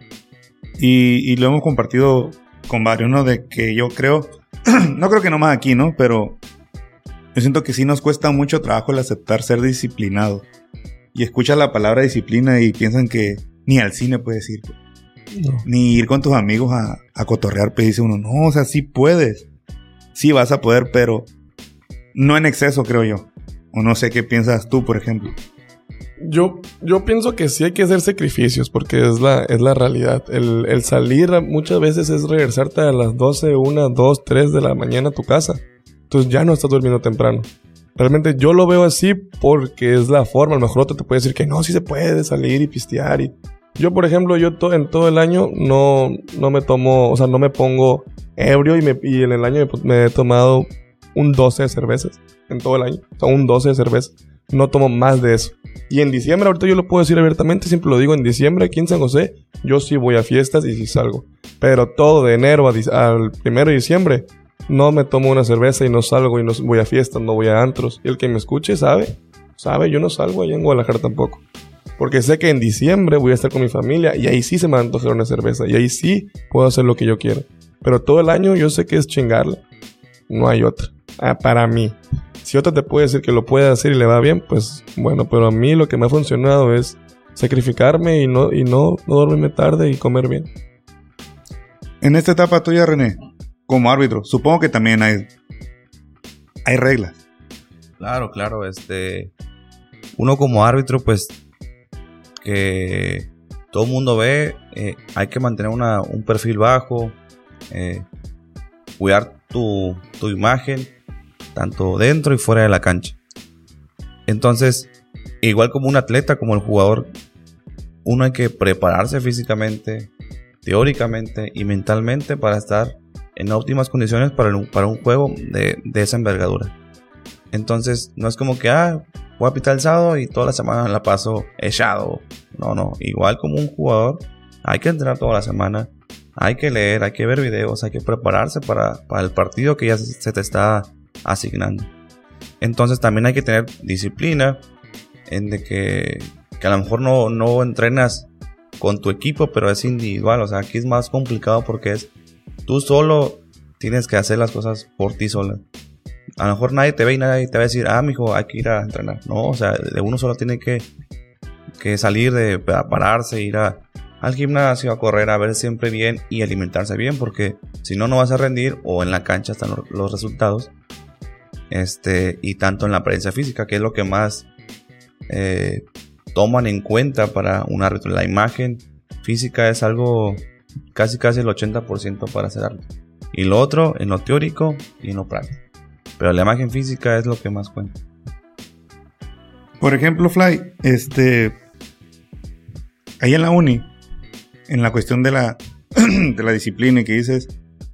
Y lo hemos compartido con varios, ¿no? De que yo creo, no creo que nomás aquí, ¿no? Pero yo siento que sí nos cuesta mucho trabajo el aceptar ser disciplinado. Y escuchas la palabra disciplina y piensan que ni al cine puedes ir. No. Ni ir con tus amigos a cotorrear, pues dice uno, no, o sea, sí puedes. Sí vas a poder, pero no en exceso, creo yo. O no sé qué piensas tú, por ejemplo. Yo pienso que sí hay que hacer sacrificios, porque es la realidad. El salir muchas veces es regresarte a las 12, 1, 2, 3 de la mañana a tu casa. Entonces ya no estás durmiendo temprano. Realmente yo lo veo así porque es la forma. A lo mejor otro te puede decir que no, sí se puede salir y pistear. Yo, por ejemplo, en todo el año no me tomo, o sea, no me pongo ebrio y en el año me he tomado un 12 de cervezas. En todo el año. O sea, un 12 de cervezas. No tomo más de eso. Y en diciembre, ahorita yo lo puedo decir abiertamente, siempre lo digo, en diciembre aquí en San José, yo sí voy a fiestas y sí salgo. Pero todo de enero al 1 de diciembre, no me tomo una cerveza y no salgo y no voy a fiestas, no voy a antros. Y el que me escuche sabe, yo no salgo allá en Guadalajara tampoco. Porque sé que en diciembre voy a estar con mi familia y ahí sí se me va a antojar una cerveza. Y ahí sí puedo hacer lo que yo quiera. Pero todo el año yo sé que es chingarle. No hay otra. Para mí. Si otro te puede decir que lo puede hacer y le va bien, pues bueno. Pero a mí lo que me ha funcionado es sacrificarme y no dormirme tarde y comer bien. En esta etapa tuya, René, como árbitro, supongo que también hay reglas. Claro. Uno como árbitro, pues, que todo el mundo ve, hay que mantener un perfil bajo, cuidar tu imagen, tanto dentro y fuera de la cancha. Entonces, igual como un atleta, como el jugador, uno hay que prepararse físicamente, teóricamente y mentalmente para estar en óptimas condiciones para un juego de esa envergadura. Entonces, no es como que, voy a pitar el sábado y toda la semana la paso echado. No. Igual como un jugador, hay que entrenar toda la semana, hay que leer, hay que ver videos, hay que prepararse para el partido que ya se te está asignando. Entonces, también hay que tener disciplina en de que a lo mejor no entrenas con tu equipo, pero es individual. O sea, aquí es más complicado porque es tú solo tienes que hacer las cosas por ti sola. A lo mejor nadie te ve y nadie te va a decir, mijo, hay que ir a entrenar. No, o sea, de uno solo tiene que salir a pararse, ir al gimnasio, a correr, a ver siempre bien y alimentarse bien, porque si no vas a rendir, o en la cancha están los resultados, y tanto en la apariencia física, que es lo que más toman en cuenta para un árbitro. La imagen física es algo casi el 80% para ser árbitro. Y lo otro, en lo teórico y en lo práctico. Pero la imagen física es lo que más cuenta. Por ejemplo, Fly, ahí en la uni, en la cuestión de la disciplina que dices,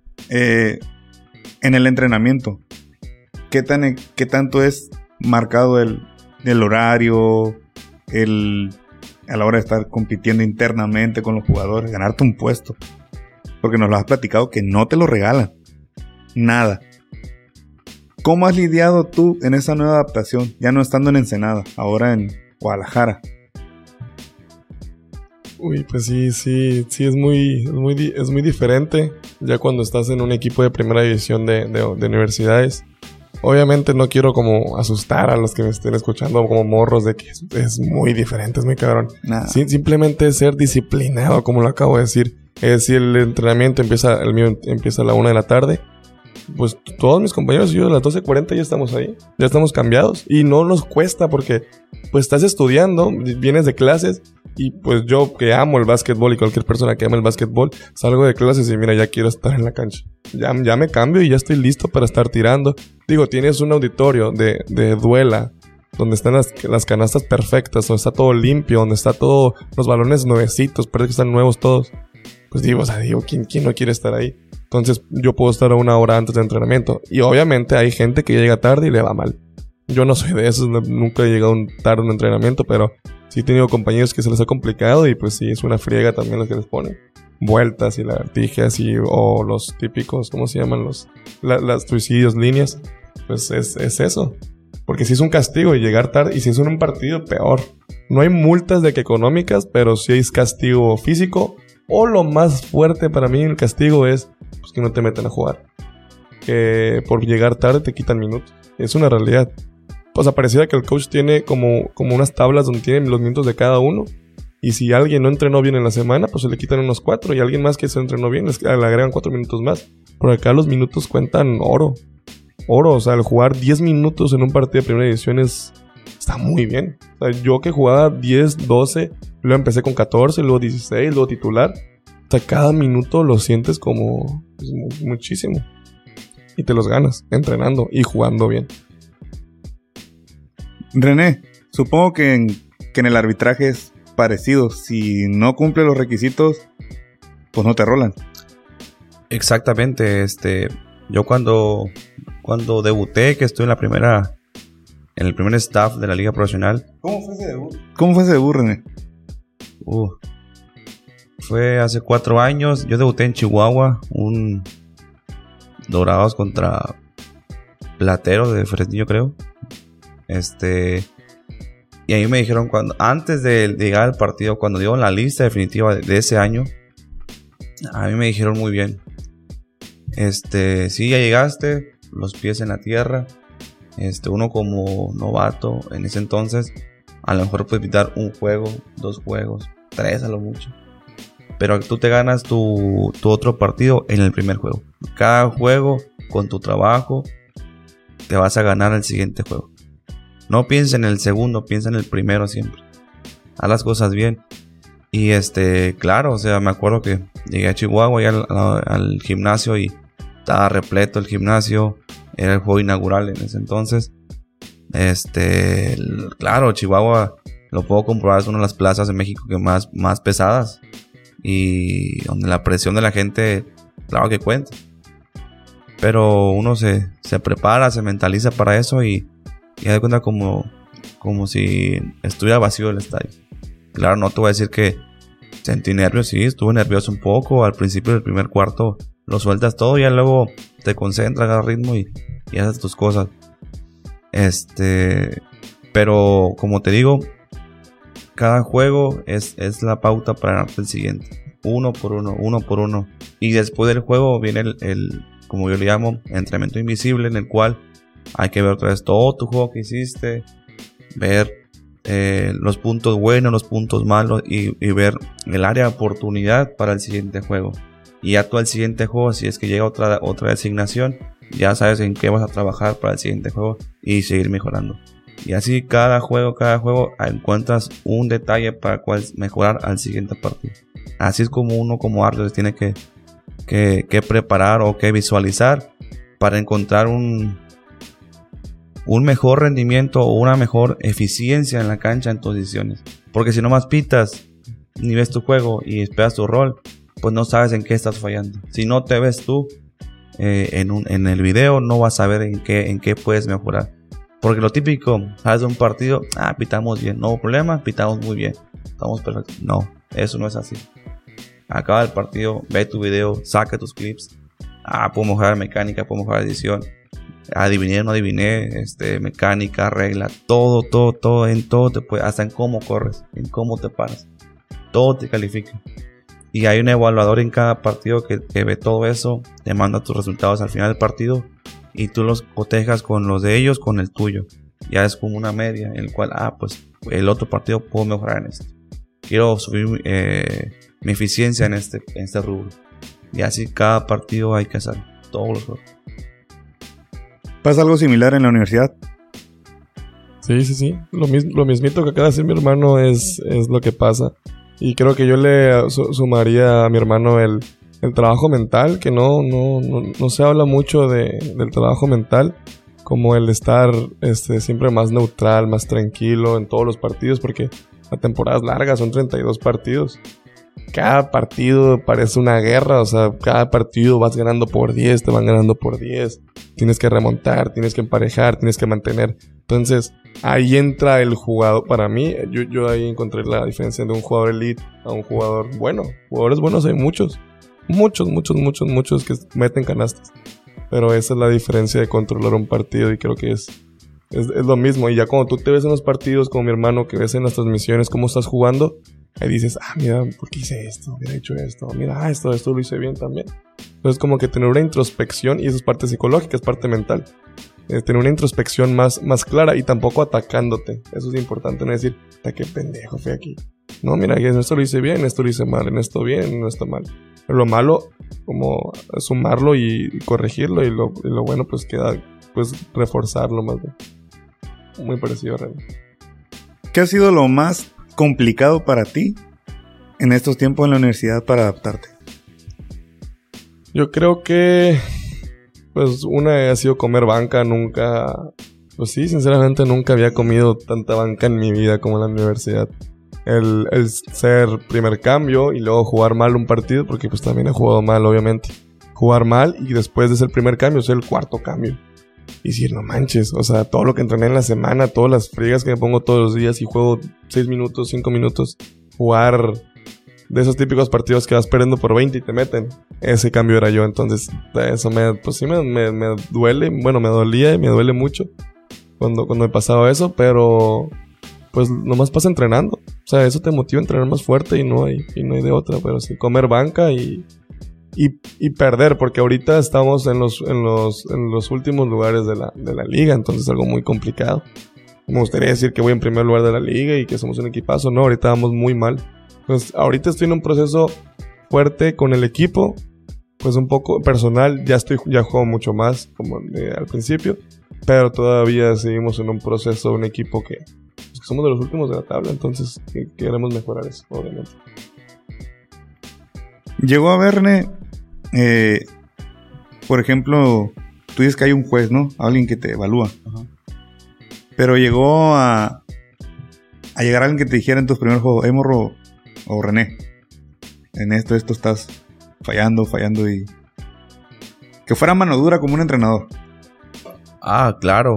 en el entrenamiento, ¿qué tanto es marcado el horario, a la hora de estar compitiendo internamente con los jugadores, ganarte un puesto? Porque nos lo has platicado que no te lo regalan. Nada. ¿Cómo has lidiado tú en esa nueva adaptación? Ya no estando en Ensenada, ahora en Guadalajara. Uy, pues sí, es muy diferente ya cuando estás en un equipo de primera división de universidades. Obviamente no quiero como asustar a los que me estén escuchando como morros de que es muy diferente, es muy cabrón. Simplemente es ser disciplinado, como lo acabo de decir. Si el entrenamiento empieza a la 1 de la tarde, pues todos mis compañeros y yo a las 12:40 ya estamos ahí, ya estamos cambiados y no nos cuesta porque pues estás estudiando, vienes de clases Y pues yo que amo el básquetbol y cualquier persona que ama el básquetbol, salgo de clases y mira, ya quiero estar en la cancha. Ya me cambio y ya estoy listo para estar tirando. Digo, tienes un auditorio de duela, donde están las canastas perfectas, donde está todo limpio, donde está todo, los balones nuevecitos, parece que están nuevos todos. Pues digo, ¿quién no quiere estar ahí? Entonces yo puedo estar 1 hora antes de entrenamiento. Y obviamente hay gente que llega tarde y le va mal. Yo no soy de esos, nunca he llegado tarde a un entrenamiento, pero sí he tenido compañeros que se les ha complicado y pues sí, es una friega también lo que les ponen. Vueltas y lagartijas o los típicos, ¿cómo se llaman? Las suicidios, líneas. Pues es eso. Porque si es un castigo y llegar tarde, y si es un partido, peor. No hay multas de que económicas, pero sí hay castigo físico. O lo más fuerte para mí el castigo es pues, que no te metan a jugar. Que por llegar tarde te quitan minutos. Es una realidad. O sea, pareciera que el coach tiene como unas tablas donde tienen los minutos de cada uno. Y si alguien no entrenó bien en la semana, pues se le quitan unos 4. Y alguien más que se entrenó bien, le agregan 4 minutos más. Por acá los minutos cuentan oro. O sea, el jugar 10 minutos en un partido de primera división está muy bien. O sea, yo que jugaba 10, 12, luego empecé con 14, luego 16, luego titular. O sea, cada minuto lo sientes como pues, muchísimo. Y te los ganas entrenando y jugando bien. René, supongo que en el arbitraje es parecido. Si no cumple los requisitos, pues no te rolan. Exactamente. Yo cuando debuté, que estuve en el primer staff de la liga profesional. ¿Cómo fue ese debut, René? Fue hace 4 años. Yo debuté en Chihuahua, un Dorados contra Plateros de Fresnillo, creo. Y ahí me dijeron antes de llegar al partido, cuando dieron la lista definitiva de ese año, a mí me dijeron muy bien. Sí, ya llegaste, los pies en la tierra. Uno como novato en ese entonces, a lo mejor puedes evitar 1 juego, 2 juegos, 3 a lo mucho. Pero tú te ganas tu otro partido en el primer juego. Cada juego, con tu trabajo, te vas a ganar el siguiente juego. No pienses en el segundo, piensa en el primero siempre. Haz las cosas bien. Y claro, o sea, me acuerdo que llegué a Chihuahua y al gimnasio y estaba repleto el gimnasio. Era el juego inaugural en ese entonces. Claro, Chihuahua, lo puedo comprobar, es una de las plazas de México que más pesadas. Y donde la presión de la gente, claro que cuenta. Pero uno se prepara, se mentaliza para eso y da cuenta como si estuviera vacío el estadio. Claro, no te voy a decir que sentí nervios, sí, estuve nervioso un poco. Al principio del primer cuarto lo sueltas todo y ya luego te concentras, agarras ritmo y haces tus cosas. Pero como te digo, cada juego es la pauta para ganarte el siguiente. 1 por 1. Y después del juego viene el como yo le llamo, entrenamiento invisible, en el cual hay que ver otra vez todo tu juego que hiciste, ver los puntos buenos, los puntos malos y ver el área de oportunidad para el siguiente juego. Y ya tú al siguiente juego, si es que llega otra designación, ya sabes en qué vas a trabajar para el siguiente juego y seguir mejorando. Y así cada juego encuentras un detalle para cual mejorar al siguiente partido. Así es como uno como árbitro tiene que preparar o que visualizar para encontrar un mejor rendimiento o una mejor eficiencia en la cancha en tus decisiones. Porque si nomás pitas ni ves tu juego y esperas tu rol, pues no sabes en qué estás fallando. Si no te ves tú en el video, no vas a ver en qué puedes mejorar. Porque lo típico, sabes de un partido, pitamos bien, no hubo problema, pitamos muy bien, estamos perfectos. No, eso no es así. Acaba el partido, ve tu video, saca tus clips. Puedo mejorar mecánica, puedo mejorar edición. Adiviné, no adiviné, mecánica, regla, todo, en todo te puede, hasta en cómo corres, en cómo te paras. Todo te califica. Y hay un evaluador en cada partido que ve todo eso, te manda tus resultados al final del partido y tú los cotejas con los de ellos, con el tuyo. Ya es como una media en el cual, pues el otro partido puedo mejorar en esto. Quiero subir mi eficiencia en este rubro. Y así cada partido hay que hacer, todos los juegos. ¿Pasa algo similar en la universidad? Sí. Lo mismito que acaba de decir mi hermano es lo que pasa. Y creo que yo le sumaría a mi hermano el trabajo mental, que no se habla mucho del trabajo mental, como el estar siempre más neutral, más tranquilo en todos los partidos, porque la temporada es larga, son 32 partidos. Cada partido parece una guerra, o sea, cada partido vas ganando por 10, te van ganando por 10. Tienes que remontar, tienes que emparejar, tienes que mantener. Entonces, ahí entra el jugador. Para mí, yo ahí encontré la diferencia de un jugador elite a un jugador bueno. Jugadores buenos hay muchos que meten canastas. Pero esa es la diferencia de controlar un partido y creo que es lo mismo. Y ya cuando tú te ves en los partidos, como mi hermano, que ves en las transmisiones cómo estás jugando, ahí dices, mira, ¿por qué hice esto? Hubiera hecho esto. Mira, esto lo hice bien también. Entonces como que tener una introspección, y eso es parte psicológica, es parte mental. Tener una introspección más clara y tampoco atacándote. Eso es importante, no decir, qué pendejo fui aquí. No, mira, esto lo hice bien, esto lo hice mal, en esto bien, no está mal. Pero lo malo, como sumarlo y corregirlo, y lo bueno pues queda, pues reforzarlo más bien. Muy parecido a René. ¿Qué ha sido lo más complicado para ti en estos tiempos en la universidad para adaptarte? Yo creo que pues una ha sido comer banca. Nunca, pues sí, sinceramente nunca había comido tanta banca en mi vida como en la universidad. El ser primer cambio y luego jugar mal un partido, porque pues también he jugado mal, obviamente. Jugar mal y después de ser primer cambio ser el cuarto cambio. Y decir, no manches, o sea, todo lo que entrené en la semana, todas las friegas que me pongo todos los días y juego 6 minutos, 5 minutos, jugar de esos típicos partidos que vas perdiendo por 20 y te meten. Ese cambio era yo, entonces eso me duele, bueno, me dolía y me duele mucho cuando me pasaba eso, pero pues nomás pasa entrenando. O sea, eso te motiva a entrenar más fuerte y no hay de otra, pero sí, comer banca y perder, porque ahorita estamos en los últimos lugares de la liga, entonces es algo muy complicado. Me gustaría decir que voy en primer lugar de la liga y que somos un equipazo. No, ahorita vamos muy mal. Entonces, ahorita estoy en un proceso fuerte con el equipo, pues un poco personal. Ya juego mucho más como al principio, pero todavía seguimos en un proceso, un equipo que somos de los últimos de la tabla, entonces queremos mejorar eso, obviamente. Llegó a Verne, por ejemplo, tú dices que hay un juez, ¿no? Alguien que te evalúa. Ajá. Pero llegó a llegar alguien que te dijera en tus primeros juegos, Morro o René, en esto estás fallando y que fuera mano dura como un entrenador. Claro,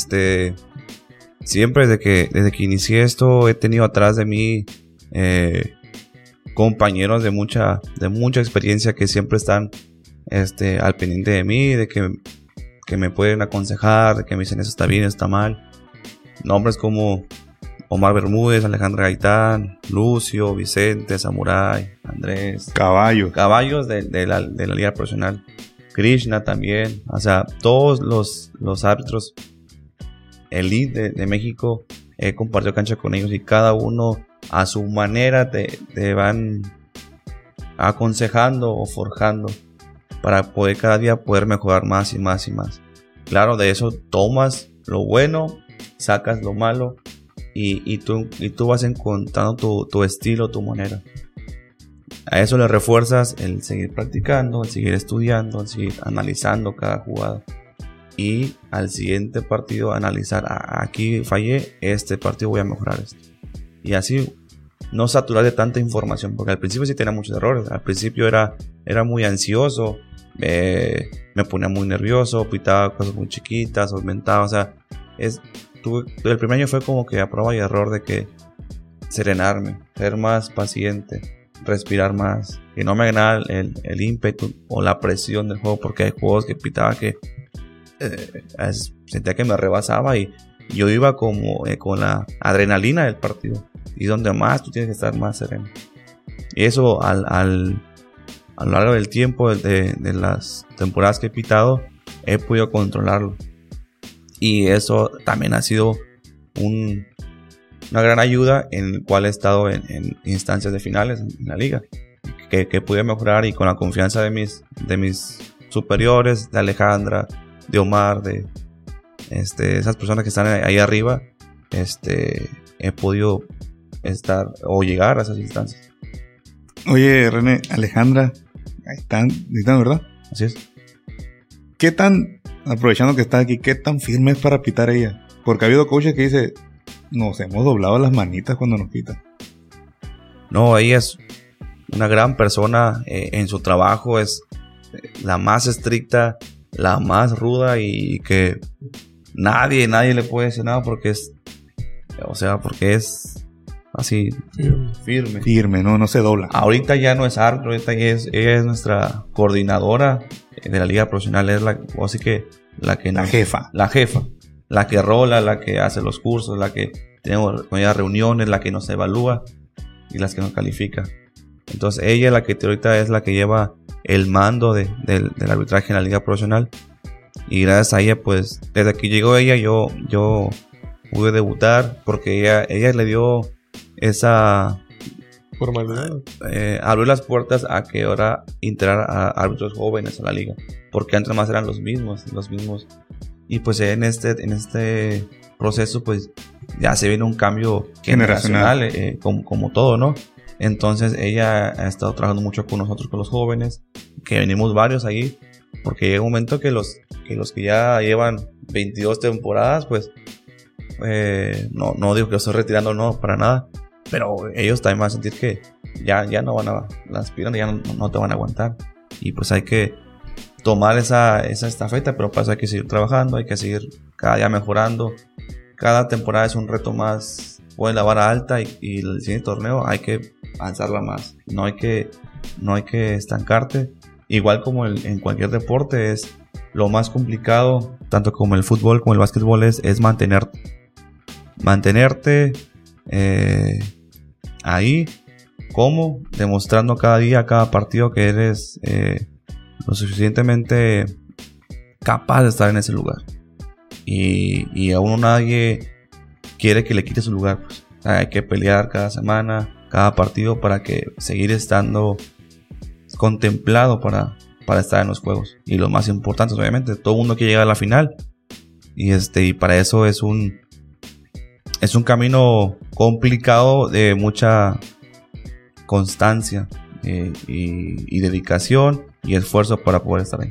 siempre desde que inicié esto he tenido atrás de mí compañeros de mucha experiencia que siempre están al pendiente de mí, de que me pueden aconsejar, de que me dicen eso está bien, eso está mal. Nombres como Omar Bermúdez, Alejandra Gaitán, Lucio, Vicente, Samurai, Andrés. Caballos de la liga profesional. Krishna también. O sea, todos los árbitros elite de México he compartido cancha con ellos y cada uno a su manera te van aconsejando o forjando para poder cada día poder mejorar más y más y más. Claro, de eso tomas lo bueno, sacas lo malo y tú vas encontrando tu estilo, tu manera. A eso le refuerzas el seguir practicando, el seguir estudiando, el seguir analizando cada jugada. Y al siguiente partido analizar, aquí fallé, este partido voy a mejorar esto. Y así no saturar de tanta información, porque al principio sí tenía muchos errores. Al principio era muy ansioso, me ponía muy nervioso, pitaba cosas muy chiquitas, aumentaba, o sea, el primer año fue como que a prueba y error de que serenarme, ser más paciente, respirar más, que no me ganara el ímpetu o la presión del juego, porque hay juegos que pitaba que sentía que me rebasaba y yo iba como con la adrenalina del partido, y donde más tú tienes que estar más sereno. Y eso a lo largo del tiempo de las temporadas que he pitado he podido controlarlo, y eso también ha sido una gran ayuda en el cual he estado en instancias de finales en la liga, que pude mejorar, y con la confianza de mis superiores, de Alejandra, de Omar, de esas personas que están ahí arriba, he podido estar o llegar a esas instancias. Oye, René, Alejandra, ahí están, ¿verdad? Así es. ¿Qué tan, aprovechando que está aquí, qué tan firme es para pitar ella? Porque ha habido coaches que dice, nos hemos doblado las manitas cuando nos pitan. No, ella es una gran persona en su trabajo, es la más estricta, la más ruda y que nadie le puede decir nada porque es así firme. Firme, no se dobla. Ahorita ya no es árbitro, ahorita ella es nuestra coordinadora de la liga profesional, es la jefa, la que rola, la que hace los cursos, la que tenemos con ella reuniones, la que nos evalúa y las que nos califica. Entonces ella es la que ahorita es la que lleva el mando del arbitraje en la liga profesional, y gracias a ella, pues desde que llegó ella yo pude debutar porque ella le dio esa formalidad, abrió las puertas a que ahora integrar a árbitros jóvenes a la liga, porque antes más eran los mismos, y pues en este proceso pues ya se viene un cambio generacional, como todo, ¿no? Entonces ella ha estado trabajando mucho con nosotros, con los jóvenes, que venimos varios ahí, porque llega un momento que los que ya llevan 22 temporadas, pues no digo que lo estoy retirando, no, para nada, pero ellos también van a sentir que ya no van a, las piernas ya no te van a aguantar, y pues hay que tomar esa estafeta, pero para eso hay que seguir trabajando, hay que seguir cada día mejorando, cada temporada es un reto más, poner la vara alta, y el siguiente torneo hay que alzarla más, no hay que estancarte, igual como en cualquier deporte es lo más complicado, tanto como el fútbol como el básquetbol, es mantenerte ahí, como demostrando cada día, cada partido que eres lo suficientemente capaz de estar en ese lugar, y a uno nadie quiere que le quite su lugar, pues hay que pelear cada semana, cada partido, para que seguir estando contemplado para estar en los juegos, y lo más importante, obviamente, todo el mundo quiere llegar a la final, y para eso es un camino complicado de mucha constancia y dedicación y esfuerzo para poder estar ahí.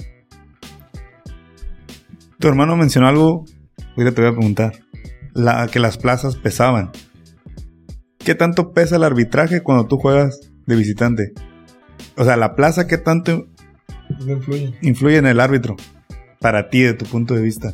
Tu hermano mencionó algo, ahorita te voy a preguntar, que las plazas pesaban. ¿Qué tanto pesa el arbitraje cuando tú juegas de visitante? O sea, la plaza, ¿qué tanto influye en el árbitro? Para ti, de tu punto de vista.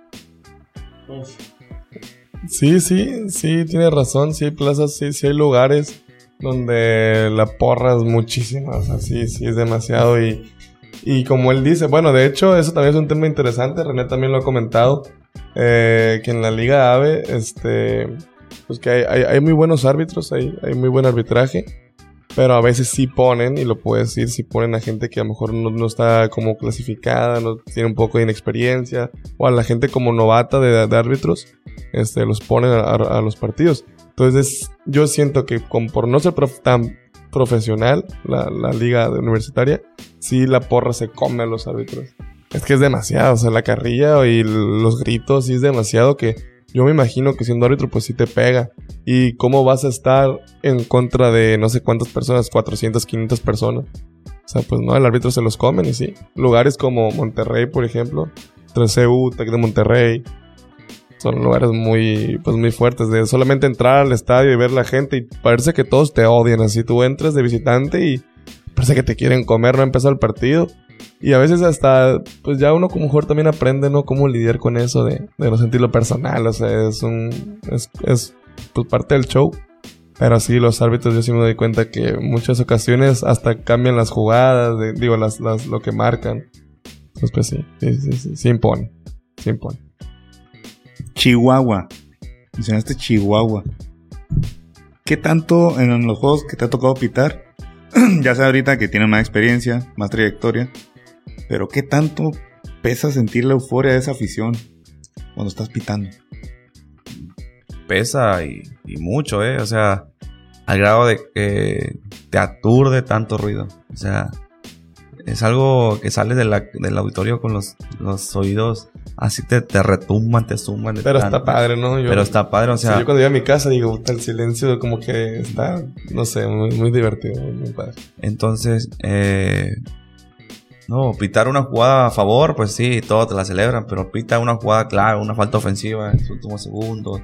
Sí, tienes razón. Sí hay plazas, sí hay lugares donde la porra es muchísima. O sea, sí es demasiado. Y como él dice, bueno, de hecho, eso también es un tema interesante. René también lo ha comentado. Que en la Liga AVE, pues que hay muy buenos árbitros, hay muy buen arbitraje, pero a veces sí ponen, y lo puedes decir, sí ponen a gente que a lo mejor no está como clasificada, no tiene un poco de inexperiencia, o a la gente como novata de árbitros, los ponen a los partidos. Entonces yo siento que por no ser tan profesional la liga universitaria, sí la porra se come a los árbitros. Es que es demasiado, o sea, la carrilla y los gritos, sí es demasiado, que yo me imagino que siendo árbitro pues sí te pega. ¿Y cómo vas a estar en contra de no sé cuántas personas? 400, 500 personas. O sea, pues no, el árbitro se los comen, y sí. Lugares como Monterrey, por ejemplo, 3CU, TEC de Monterrey, son lugares muy fuertes, de solamente entrar al estadio y ver la gente, y parece que todos te odian. Así tú entras de visitante y parece que te quieren comer, no ha empezado el partido. Y a veces hasta, pues ya uno como jugador también aprende, ¿no? Cómo lidiar con eso de no sentirlo personal. O sea, es pues parte del show. Pero sí, los árbitros, yo sí me doy cuenta que en muchas ocasiones hasta cambian las jugadas, lo que marcan. Entonces, pues sí impone. Chihuahua. Mencionaste Chihuahua. ¿Qué tanto en los juegos que te ha tocado pitar? Ya sé ahorita que tienes más experiencia, más trayectoria, pero ¿qué tanto pesa sentir la euforia de esa afición cuando estás pitando? Pesa y mucho, o sea, al grado de que te aturde tanto ruido. O sea, es algo que sale del auditorio con los oídos, así te retumban, te zumban. Pero está padre, ¿no? Pero está padre, o sea... Sí, yo cuando llego a mi casa digo, el silencio como que está, no sé, muy, muy divertido, muy padre. Entonces, no, pitar una jugada a favor, pues sí, todos te la celebran, pero pita una jugada clave, una falta ofensiva en los últimos segundos,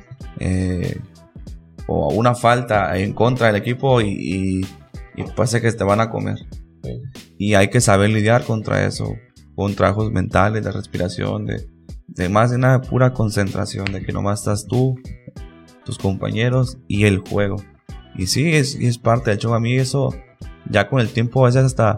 o una falta en contra del equipo y puede ser que te van a comer. Sí. Y hay que saber lidiar contra eso, con trabajos mentales, de respiración, de más de nada pura concentración, de que nomás estás tú, tus compañeros y el juego. Y sí, es parte del show. A mí eso, ya con el tiempo, a veces hasta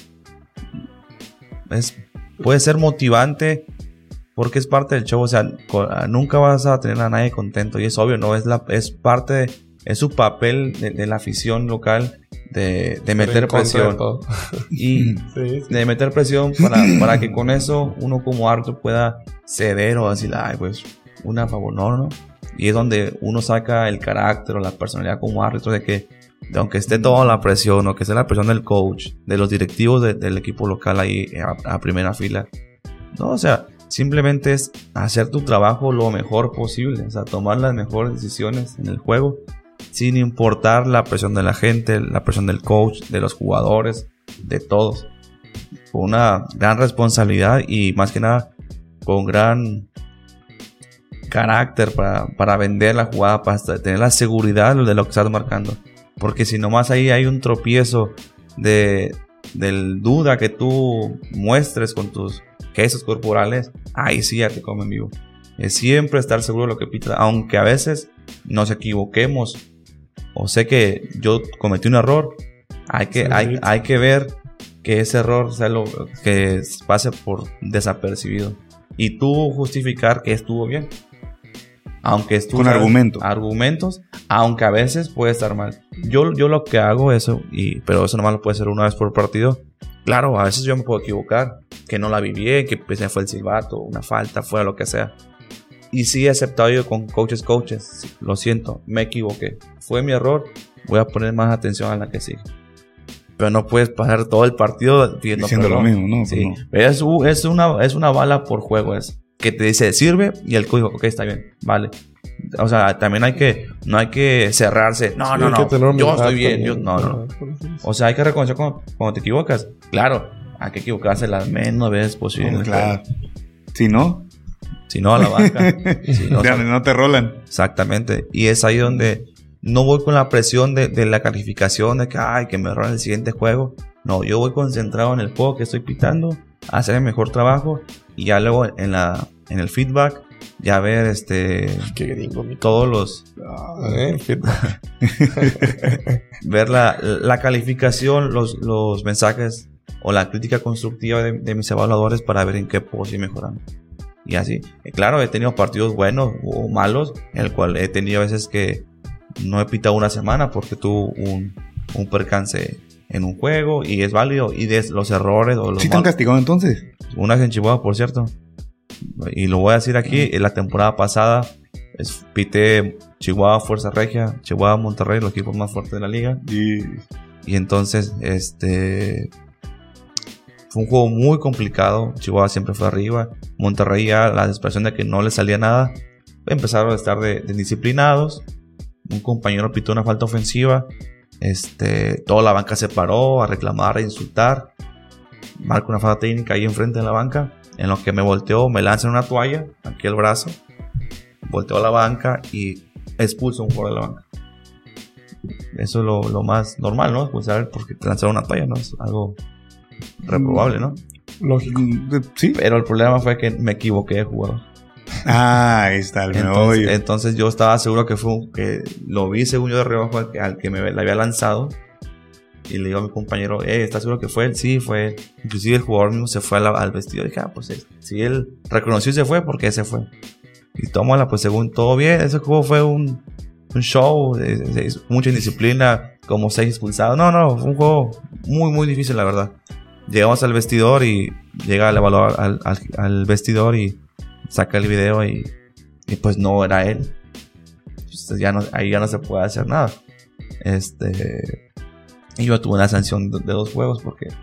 puede ser motivante porque es parte del show. O sea, nunca vas a tener a nadie contento, y es obvio, ¿no? Es parte es su papel de la afición local de meter presión y sí. de meter presión para que con eso uno como árbitro pueda ceder o decir, ay, pues una a favor, no. Y es donde uno saca el carácter o la personalidad como árbitro, de que aunque esté toda la presión, o que esté la presión del coach, de los directivos del equipo local ahí a primera fila, no, o sea, simplemente es hacer tu trabajo lo mejor posible, o sea, tomar las mejores decisiones en el juego, sin importar la presión de la gente, la presión del coach, de los jugadores, de todos. Con una gran responsabilidad y más que nada con gran carácter para vender la jugada, para tener la seguridad de lo que estás marcando. Porque si nomás ahí hay un tropiezo del duda que tú muestres con tus gestos corporales, ahí sí ya te comen vivo. Es siempre estar seguro de lo que pita, aunque a veces nos equivoquemos o sé que yo cometí un error, hay que ver que ese error sea lo que pase por desapercibido y tú justificar que estuvo bien, aunque estuvo con argumentos, aunque a veces puede estar mal. Yo lo que hago eso, pero eso nomás lo puede hacer una vez por partido. Claro, a veces yo me puedo equivocar, que no la vi bien, que pues, fue el silbato, una falta, fuera lo que sea. Y sí he aceptado yo con coaches, lo siento, me equivoqué, fue mi error, voy a poner más atención a la que sigue. Pero no puedes pasar todo el partido pidiendo diciendo perdón. Lo mismo, ¿no? Sí, No. es una bala por juego, es que te dice sirve y el coach dijo, ok, está bien, vale. O sea, también no hay que cerrarse, no, yo estoy bien, no. O sea, hay que reconocer cuando te equivocas. Claro, hay que equivocarse las menos veces posible. Oh, claro. Si no, a la banca. No te rolan. Exactamente. Y es ahí donde no voy con la presión de la calificación, de que me rolan el siguiente juego. No, yo voy concentrado en el juego que estoy pitando, a hacer el mejor trabajo, y ya luego en el feedback, ya ver qué gringo, todos los ver la calificación, los mensajes o la crítica constructiva de mis evaluadores para ver en qué puedo ir mejorando. Y así, claro, he tenido partidos buenos o malos, en el cual he tenido veces que no he pitado una semana porque tuve un percance en un juego, y es válido, y de los errores o los ¿Sí te han castigado entonces? Una vez en Chihuahua, por cierto, y lo voy a decir aquí, en la temporada pasada pité Chihuahua Fuerza Regia, Chihuahua Monterrey, los equipos más fuertes de la liga, y entonces fue un juego muy complicado. Chihuahua siempre fue arriba. Monterrey, ya la desesperación de que no le salía nada, empezaron a estar de disciplinados. Un compañero pitó una falta ofensiva. Toda la banca se paró a reclamar, a insultar. Marco una falta técnica ahí enfrente de la banca. En lo que me volteó, me lanzan una toalla aquí al brazo. Volteó a la banca y expulso a un jugador de la banca. Eso es lo más normal, ¿no? Expulsar porque te lanzaron una toalla, ¿no? Es algo reprobable, ¿no? Lógico. Sí. Pero el problema fue que me equivoqué de jugador. Ahí está el meollo. Entonces yo estaba seguro que lo vi según yo de reojo al que me la había lanzado. Y le digo a mi compañero, ¿estás seguro que fue él? Sí, fue él. Inclusive el jugador mismo se fue al vestidor. Y dije, pues si él reconoció y se fue, ¿por qué se fue? Y tómala, pues según todo bien. Ese juego fue un show, mucha indisciplina, como 6 expulsados. No, fue un juego muy, muy difícil, la verdad. Llegamos al vestidor y llega el evaluador al vestidor y saca el video y pues no era él. Entonces ahí ya no se puede hacer nada. Y yo tuve una sanción de 2 juegos porque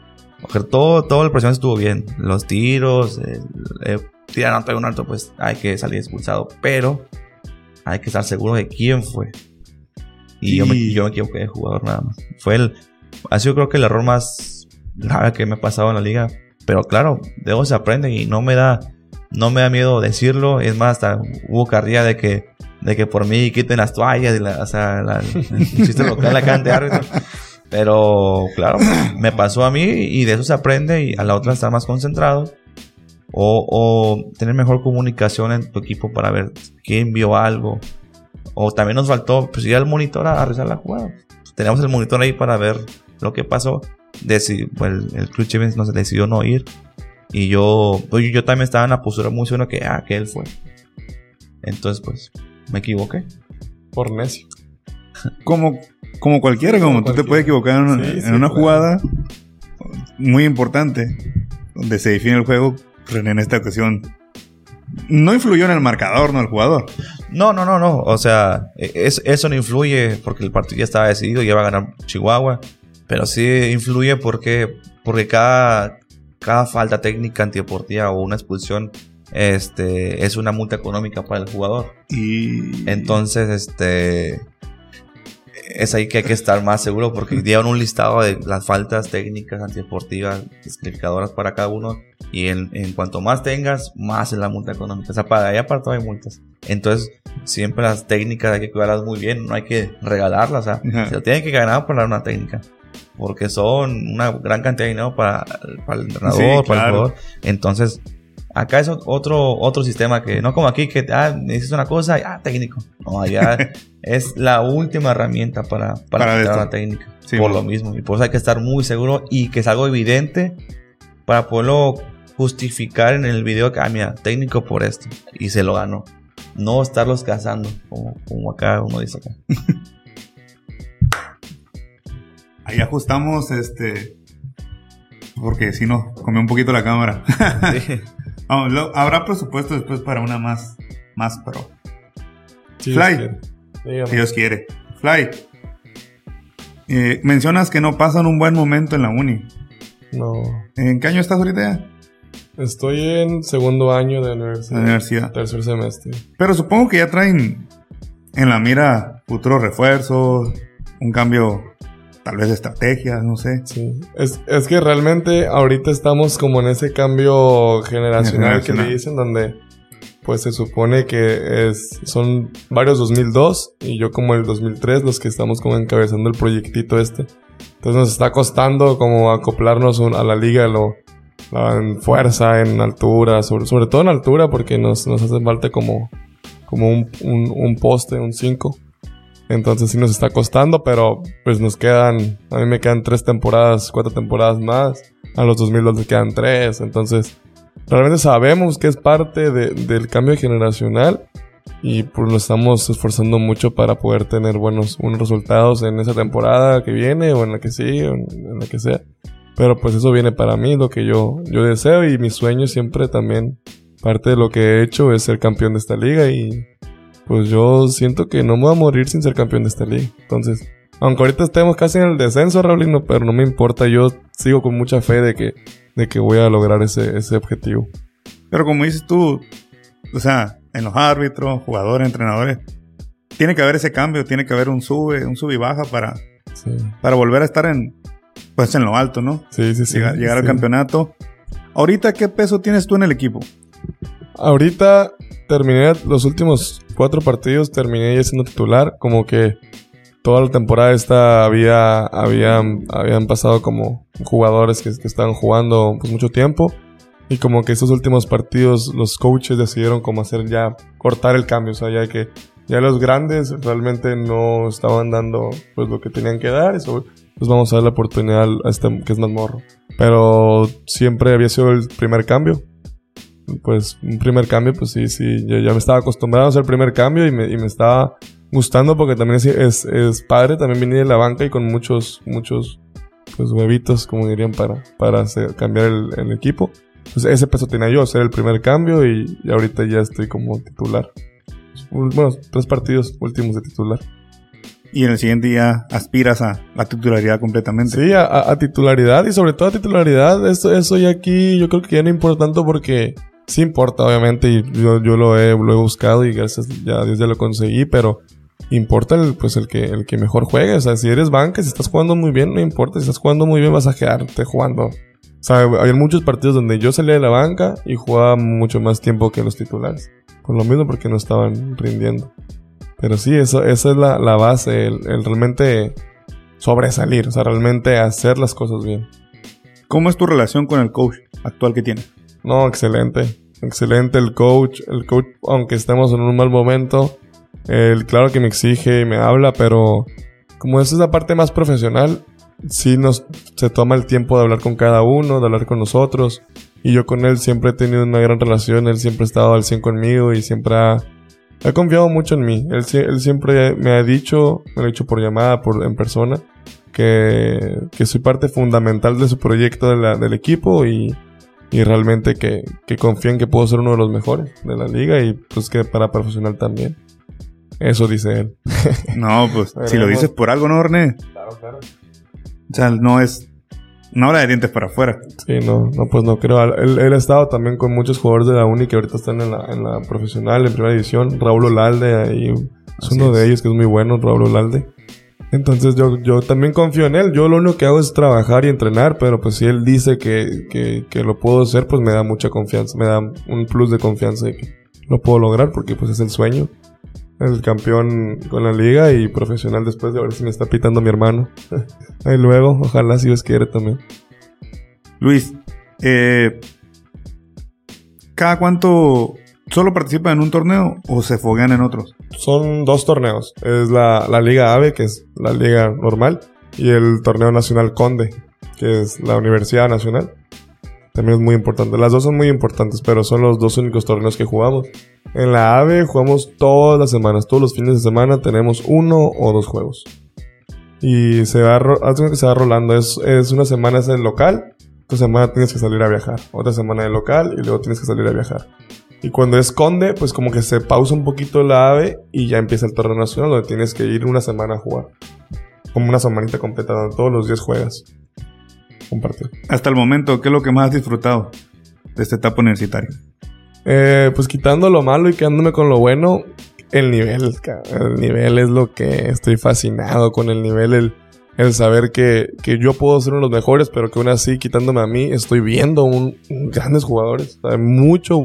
Todo el presión estuvo bien. Los tiros, tiraron todo un alto, pues hay que salir expulsado. Pero hay que estar seguro de quién fue. Y yo me equivoqué de jugador nada más. Ha sido creo que el error más grave que me ha pasado en la liga. Pero claro, de eso se aprende y no me da miedo decirlo. Es más, hasta hubo carrilla de que por mí quiten las toallas y el chiste local acá ante árbitro. Pero claro, me pasó a mí y de eso se aprende, y a la otra estar más concentrado o tener mejor comunicación en tu equipo para ver quién vio algo. O también nos faltó pues ir al monitor a revisar la jugada. Teníamos el monitor ahí para ver lo que pasó. El Club Chivens nos decidió no ir, y yo también estaba en la postura muy segura que él fue. Entonces pues me equivoqué por necio. Como cualquiera, como tú te puedes equivocar en una jugada muy importante donde se define el juego. René en esta ocasión no influyó en el marcador, ¿no? El jugador. No. O sea, eso no influye porque el partido ya estaba decidido, ya va a ganar Chihuahua. Pero sí influye porque cada falta técnica antideportiva o una expulsión es una multa económica para el jugador. Y entonces es ahí que hay que estar más seguro, porque llevan un listado de las faltas técnicas antideportivas descalificadoras para cada uno, y en cuanto más tengas, más es la multa económica. O sea, para allá para todo hay multas. Entonces siempre las técnicas hay que cuidarlas muy bien, no hay que regalarlas. O sea, se lo tienen que ganar por dar una técnica, porque son una gran cantidad de dinero para el entrenador, para el jugador. Entonces acá es otro sistema, que no como aquí que necesitas una cosa y técnico. No, allá es la última herramienta para quitar la técnica. Sí, por lo mismo. Y por eso hay que estar muy seguro y que es algo evidente para poderlo justificar en el video que, mira, técnico por esto. Y se lo ganó. No estarlos cazando, como acá uno dice acá. Ahí ajustamos porque si no, comió un poquito la cámara. Sí. Habrá presupuesto después para una más pro. Sí, Fly, si Dios quiere. Fly, mencionas que no pasan un buen momento en la uni. No. ¿En qué año estás ahorita ya? Estoy en segundo año de universidad. Tercer semestre. Pero supongo que ya traen en la mira futuros refuerzos, un cambio tal vez de estrategia, no sé. Sí. Es que realmente ahorita estamos como en ese cambio generacional que le dicen, donde pues se supone que son varios 2002 y yo como el 2003 los que estamos como encabezando el proyectito Entonces nos está costando como acoplarnos a la liga en fuerza, en altura, sobre todo en altura, porque nos hace falta como un poste, un 5. Entonces sí nos está costando, pero pues a mí me quedan 4 temporadas más. A los 2002 les quedan 3. Entonces realmente sabemos que es parte del cambio generacional, y pues nos estamos esforzando mucho para poder tener buenos resultados en esa temporada que viene, o en la que sigue, o en la que sea. Pero pues eso viene para mí, lo que yo deseo, y mi sueño siempre también, parte de lo que he hecho es ser campeón de esta liga, y pues yo siento que no me voy a morir sin ser campeón de esta liga. Entonces, aunque ahorita estemos casi en el descenso, Raulino, pero no me importa, yo sigo con mucha fe de que voy a lograr ese objetivo. Pero como dices tú, o sea, en los árbitros, jugadores, entrenadores, tiene que haber ese cambio, tiene que haber un sub y baja para volver a estar en lo alto, ¿no? Sí. Llegar al campeonato. Ahorita, ¿qué peso tienes tú en el equipo? Ahorita terminé los últimos 4 partidos, terminé ya siendo titular. Como que toda la temporada habían pasado como jugadores que estaban jugando pues mucho tiempo, y como que estos últimos partidos los coaches decidieron como cortar el cambio. O sea, ya los grandes realmente no estaban dando pues lo que tenían que dar, eso pues vamos a dar la oportunidad a que es más morro. Pero siempre había sido el primer cambio. Pues un primer cambio, pues sí, yo ya me estaba acostumbrado a hacer el primer cambio, y me estaba gustando, porque también es padre también venir de la banca y con muchos pues huevitos, como dirían, para cambiar el equipo. Pues ese peso tenía yo, hacer el primer cambio, y ahorita ya estoy como titular. Bueno, 3 partidos últimos de titular. Y en el siguiente día aspiras a la titularidad completamente. Sí, a titularidad y sobre todo a titularidad. Eso ya aquí yo creo que ya no importa tanto porque sí importa, obviamente. Y yo lo he buscado y gracias a Dios ya lo conseguí, pero importa el que mejor juegue. O sea, si eres banca, si estás jugando muy bien, no importa. Si estás jugando muy bien, vas a quedarte jugando. O sea, hay muchos partidos donde yo salía de la banca y jugaba mucho más tiempo que los titulares. Por lo mismo, porque no estaban rindiendo. Pero sí, esa es la base, el realmente sobresalir, o sea, realmente hacer las cosas bien. ¿Cómo es tu relación con el coach actual que tienes? No, excelente. Excelente el coach, aunque estemos en un mal momento, claro que me exige y me habla, pero como esa es la parte más profesional, sí se toma el tiempo de hablar con cada uno, de hablar con nosotros. Y yo con él siempre he tenido una gran relación, él siempre ha estado al 100 conmigo y siempre ha confiado mucho en mí. Él siempre me ha dicho, me lo ha dicho por llamada, en persona, que soy parte fundamental de su proyecto del equipo y realmente que confía en que puedo ser uno de los mejores de la liga y pues que para profesional también. Eso dice él. No, pues si lo dices por algo, ¿no, René? Claro. O sea, no habla de dientes para afuera. Sí, pues no creo. Él ha estado también con muchos jugadores de la uni que ahorita están en la profesional, en primera división. Raúl Olalde, ahí es uno de ellos que es muy bueno, Raúl Olalde. Entonces yo también confío en él. Yo lo único que hago es trabajar y entrenar, pero pues si él dice que lo puedo hacer, pues me da mucha confianza, me da un plus de confianza de que lo puedo lograr porque pues es el sueño. El campeón con la liga y profesional después de ver si me está pitando mi hermano. Ahí luego, ojalá si Dios quiere también. Luis, ¿cada cuánto solo participan en un torneo o se foguean en otros? Son 2 torneos. Es la Liga AVE, que es la liga normal, y el torneo nacional Conde, que es la Universidad Nacional. También es muy importante. Las dos son muy importantes, pero son los 2 únicos torneos que jugamos. En la AVE jugamos todas las semanas. Todos los fines de semana tenemos 1 o 2 juegos. Y se va rolando. Es una semana es el local. Otra semana tienes que salir a viajar. Otra semana el local y luego tienes que salir a viajar. Y cuando es Conde, pues como que se pausa un poquito la AVE y ya empieza el torneo nacional donde tienes que ir una semana a jugar. Como una semanita completa donde todos los días juegas. Compartir. Hasta el momento, ¿qué es lo que más has disfrutado de esta etapa universitaria? Pues quitando lo malo y quedándome con lo bueno, el nivel. El nivel es lo que estoy fascinado con el nivel, el saber que yo puedo ser uno de los mejores, pero que aún así, quitándome a mí, estoy viendo grandes jugadores. O sea, mucho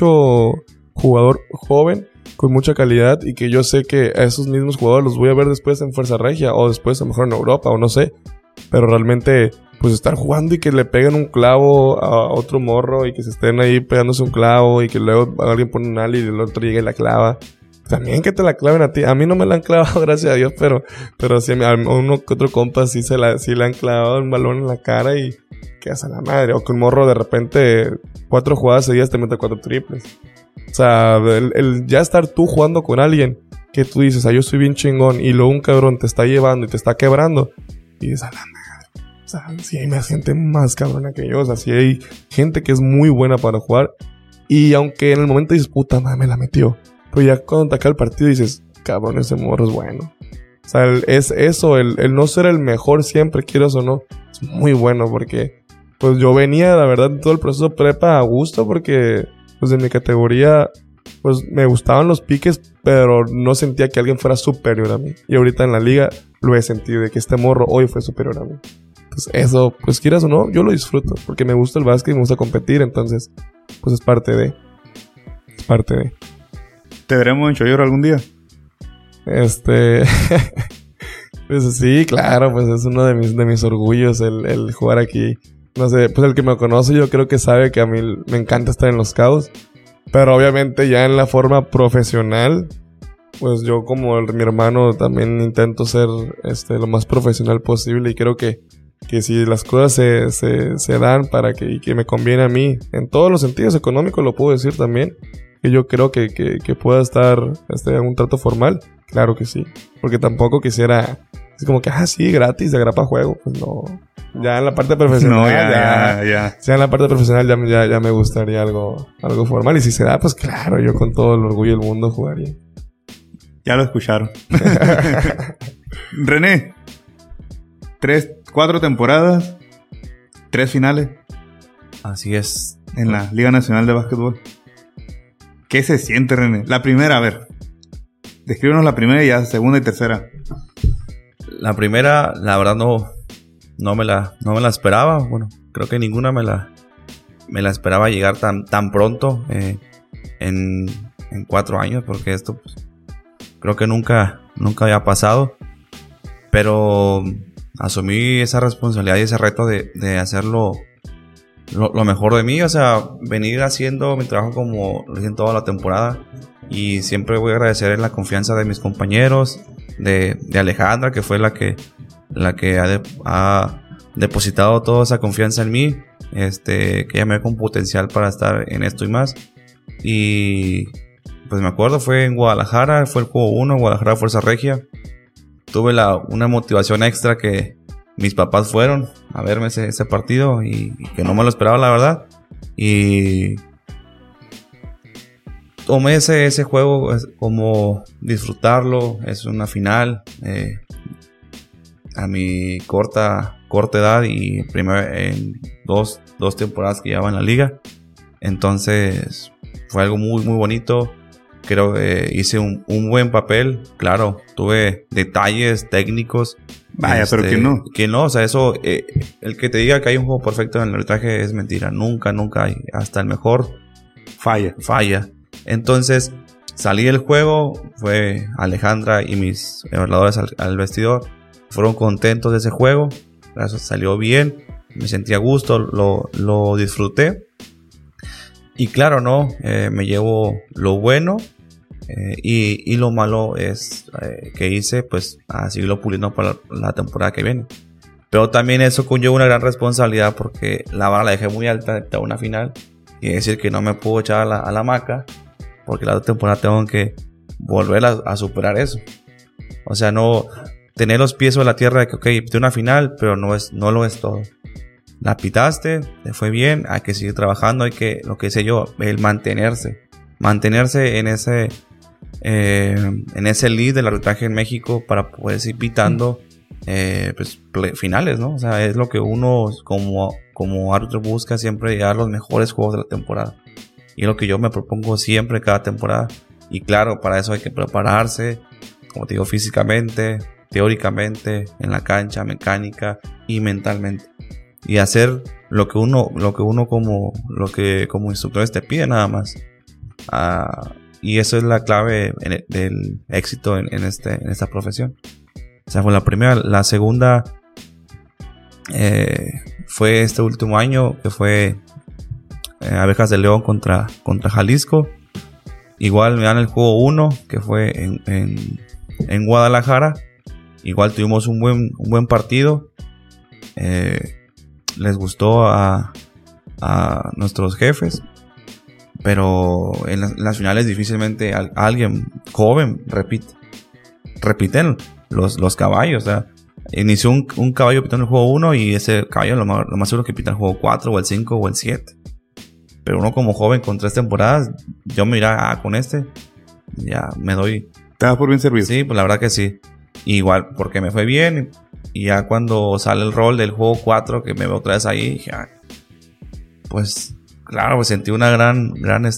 jugador joven con mucha calidad y que yo sé que a esos mismos jugadores los voy a ver después en Fuerza Regia o después a lo mejor en Europa o no sé. Pero realmente, pues estar jugando y que le peguen un clavo a otro morro y que se estén ahí pegándose un clavo y que luego alguien pone un ali y el otro llega y la clava. También que te la claven a ti. A mí no me la han clavado, gracias a Dios, pero sí a uno que otro compa sí le han clavado un balón en la cara y quedas a la madre. O que un morro de repente 4 jugadas seguidas te mete 4 triples. O sea, el ya estar tú jugando con alguien que tú dices, yo soy bien chingón y luego un cabrón te está llevando y te está quebrando. Y dices, a la madre. O sea, sí hay más gente más cabrona que yo. O sea, sí hay gente que es muy buena para jugar. Y aunque en el momento dices, puta madre, me la metió. Pero ya cuando te acaba el partido dices, cabrón, ese morro es bueno. O sea, es eso, el no ser el mejor siempre, quieras o no, es muy bueno porque, pues yo venía, la verdad, en todo el proceso prepa a gusto porque, pues en mi categoría, pues me gustaban los piques, pero no sentía que alguien fuera superior a mí. Y ahorita en la liga lo he sentido, de que este morro hoy fue superior a mí. Pues eso, pues quieras o no, yo lo disfruto porque me gusta el básquet y me gusta competir, entonces, pues es parte de. ¿Te veremos en Cholloro algún día? Pues sí, claro, pues es uno de mis orgullos el jugar aquí. No sé, pues el que me conoce yo creo que sabe que a mí me encanta estar en los Scouts. Pero obviamente ya en la forma profesional, pues yo como mi hermano también intento ser lo más profesional posible. Y creo que si las cosas se dan para que me conviene a mí, en todos los sentidos económicos lo puedo decir también, que yo creo que pueda estar en un trato formal, claro que sí. Porque tampoco quisiera, es como que, sí, gratis, de grapa juego, pues no. Ya en la parte profesional, no, ya. Ya en la parte profesional ya me gustaría algo formal. Y si se da, pues claro, yo con todo el orgullo del mundo jugaría. Ya lo escucharon. René, 4 temporadas, 3 finales. Así es. En la Liga Nacional de Básquetbol. ¿Qué se siente, René? La primera, a ver. Descríbenos la primera y ya segunda y tercera. La primera, la verdad no me la esperaba. Bueno, creo que ninguna me la esperaba llegar tan pronto en 4 años, porque esto pues, creo que nunca había pasado. Pero asumí esa responsabilidad y ese reto de hacerlo lo mejor de mí, o sea, venir haciendo mi trabajo como lo hice en toda la temporada. Y siempre voy a agradecer la confianza de mis compañeros, de Alejandra, que fue la que ha depositado toda esa confianza en mí, que ella me ve con potencial para estar en esto y más. Y pues me acuerdo, fue en Guadalajara, fue el juego 1, Guadalajara Fuerza Regia. Tuve una motivación extra que mis papás fueron a verme ese partido y que no me lo esperaba, la verdad. Y tomé ese juego como disfrutarlo. Es una final a mi corta edad y en dos temporadas que llevaba en la liga. Entonces fue algo muy muy bonito. Creo que hice un buen papel. Claro, tuve detalles técnicos. Vaya, pero que no. Que no, o sea, eso... el que te diga que hay un juego perfecto en el arbitraje es mentira. Nunca hay. Hasta el mejor falla. Entonces, salí del juego. Fue Alejandra y mis evaluadores al vestidor. Fueron contentos de ese juego. Eso salió bien. Me sentí a gusto. Lo disfruté. Y claro, ¿no? Me llevo lo bueno. Y lo malo es que hice, pues, a seguirlo puliendo para la temporada que viene. Pero también eso conlleva una gran responsabilidad, porque la vara la dejé muy alta a una final. Quiere decir que no me puedo echar a la hamaca, porque la otra temporada tengo que volver a superar eso. O sea, no tener los pies sobre la tierra de que, ok, pité una final, pero no lo es todo. La pitaste, te fue bien, hay que seguir trabajando, lo que sé yo, el mantenerse en ese lead del arbitraje en México para poder seguir pitando pues, finales, ¿no? O sea, es lo que uno como árbitro busca, siempre llegar a los mejores juegos de la temporada. Y es lo que yo me propongo siempre cada temporada. Y claro, para eso hay que prepararse, como te digo, físicamente, teóricamente, en la cancha, mecánica y mentalmente. Y hacer lo que uno como instructores te pide nada más. Y eso es la clave del éxito en esta profesión. O sea, fue la primera. La segunda fue este último año, que fue Abejas de León contra Jalisco. Igual me dan el juego 1, que fue en Guadalajara. Igual tuvimos un buen partido. Les gustó a nuestros jefes. Pero en las finales difícilmente alguien joven repiten los caballos. O sea, inició un caballo pitando el juego 1 y ese caballo lo más seguro que pita el juego 4 o el 5 o el 7. Pero uno como joven con 3 temporadas, yo me dirá, con ya me doy... ¿Te das por bien servido? Sí, pues la verdad que sí. Igual, porque me fue bien. Y ya cuando sale el rol del juego 4, que me veo otra vez ahí, dije, pues... Claro, pues sentí una gran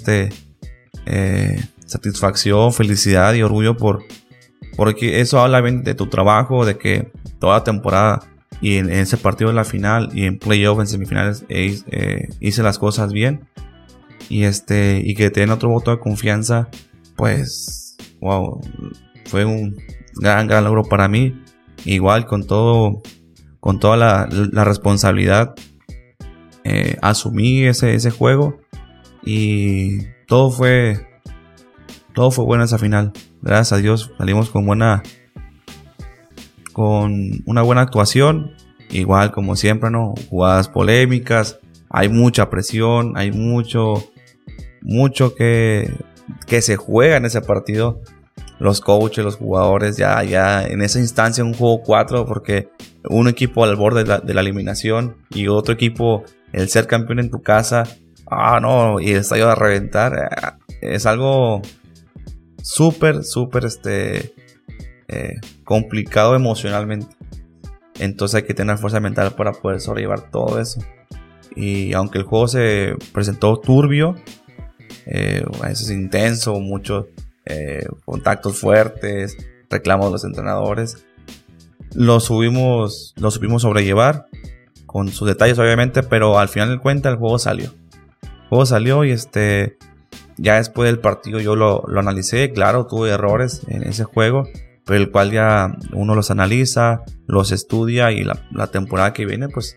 satisfacción, felicidad y orgullo porque eso habla bien de tu trabajo, de que toda la temporada y en ese partido de la final y en playoff, en semifinales, hice las cosas bien. Y que te den otro voto de confianza, pues, wow, fue un gran logro para mí. Igual con toda la responsabilidad. Asumí ese juego y todo fue bueno esa final. Gracias a Dios salimos con una buena actuación. Igual como siempre, ¿no? Jugadas polémicas, hay mucha presión, hay mucho que se juega en ese partido. Los coaches, los jugadores, ya en esa instancia, un juego 4, porque un equipo al borde de la eliminación y otro equipo, el ser campeón en tu casa, y el estadio a reventar, es algo súper complicado emocionalmente. Entonces hay que tener fuerza mental para poder sobrellevar todo eso. Y aunque el juego se presentó turbio, a veces intenso, muchos contactos fuertes, reclamos de los entrenadores, lo supimos sobrellevar con sus detalles obviamente, pero al final de cuentas el juego salió. Y ya después del partido yo lo analicé. Claro, tuve errores en ese juego, pero el cual ya uno los analiza, los estudia, y la temporada que viene pues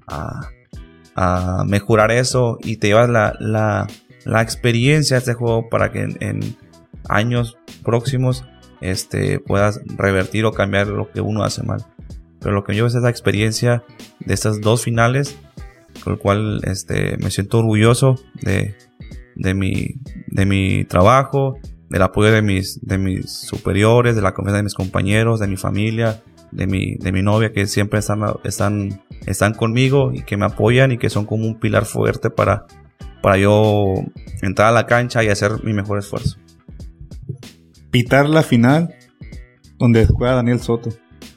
a mejorar eso, y te llevas la experiencia de este juego para que en años próximos puedas revertir o cambiar lo que uno hace mal. Pero lo que yo es esa experiencia de estas 2 finales, con el cual me siento orgulloso de mi trabajo, del apoyo de mis superiores, de la confianza de mis compañeros, de mi familia, de mi novia, que siempre están conmigo y que me apoyan y que son como un pilar fuerte para yo entrar a la cancha y hacer mi mejor esfuerzo. Pitar la final donde juega Daniel Soto.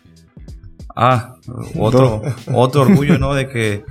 Otro orgullo, ¿no? De que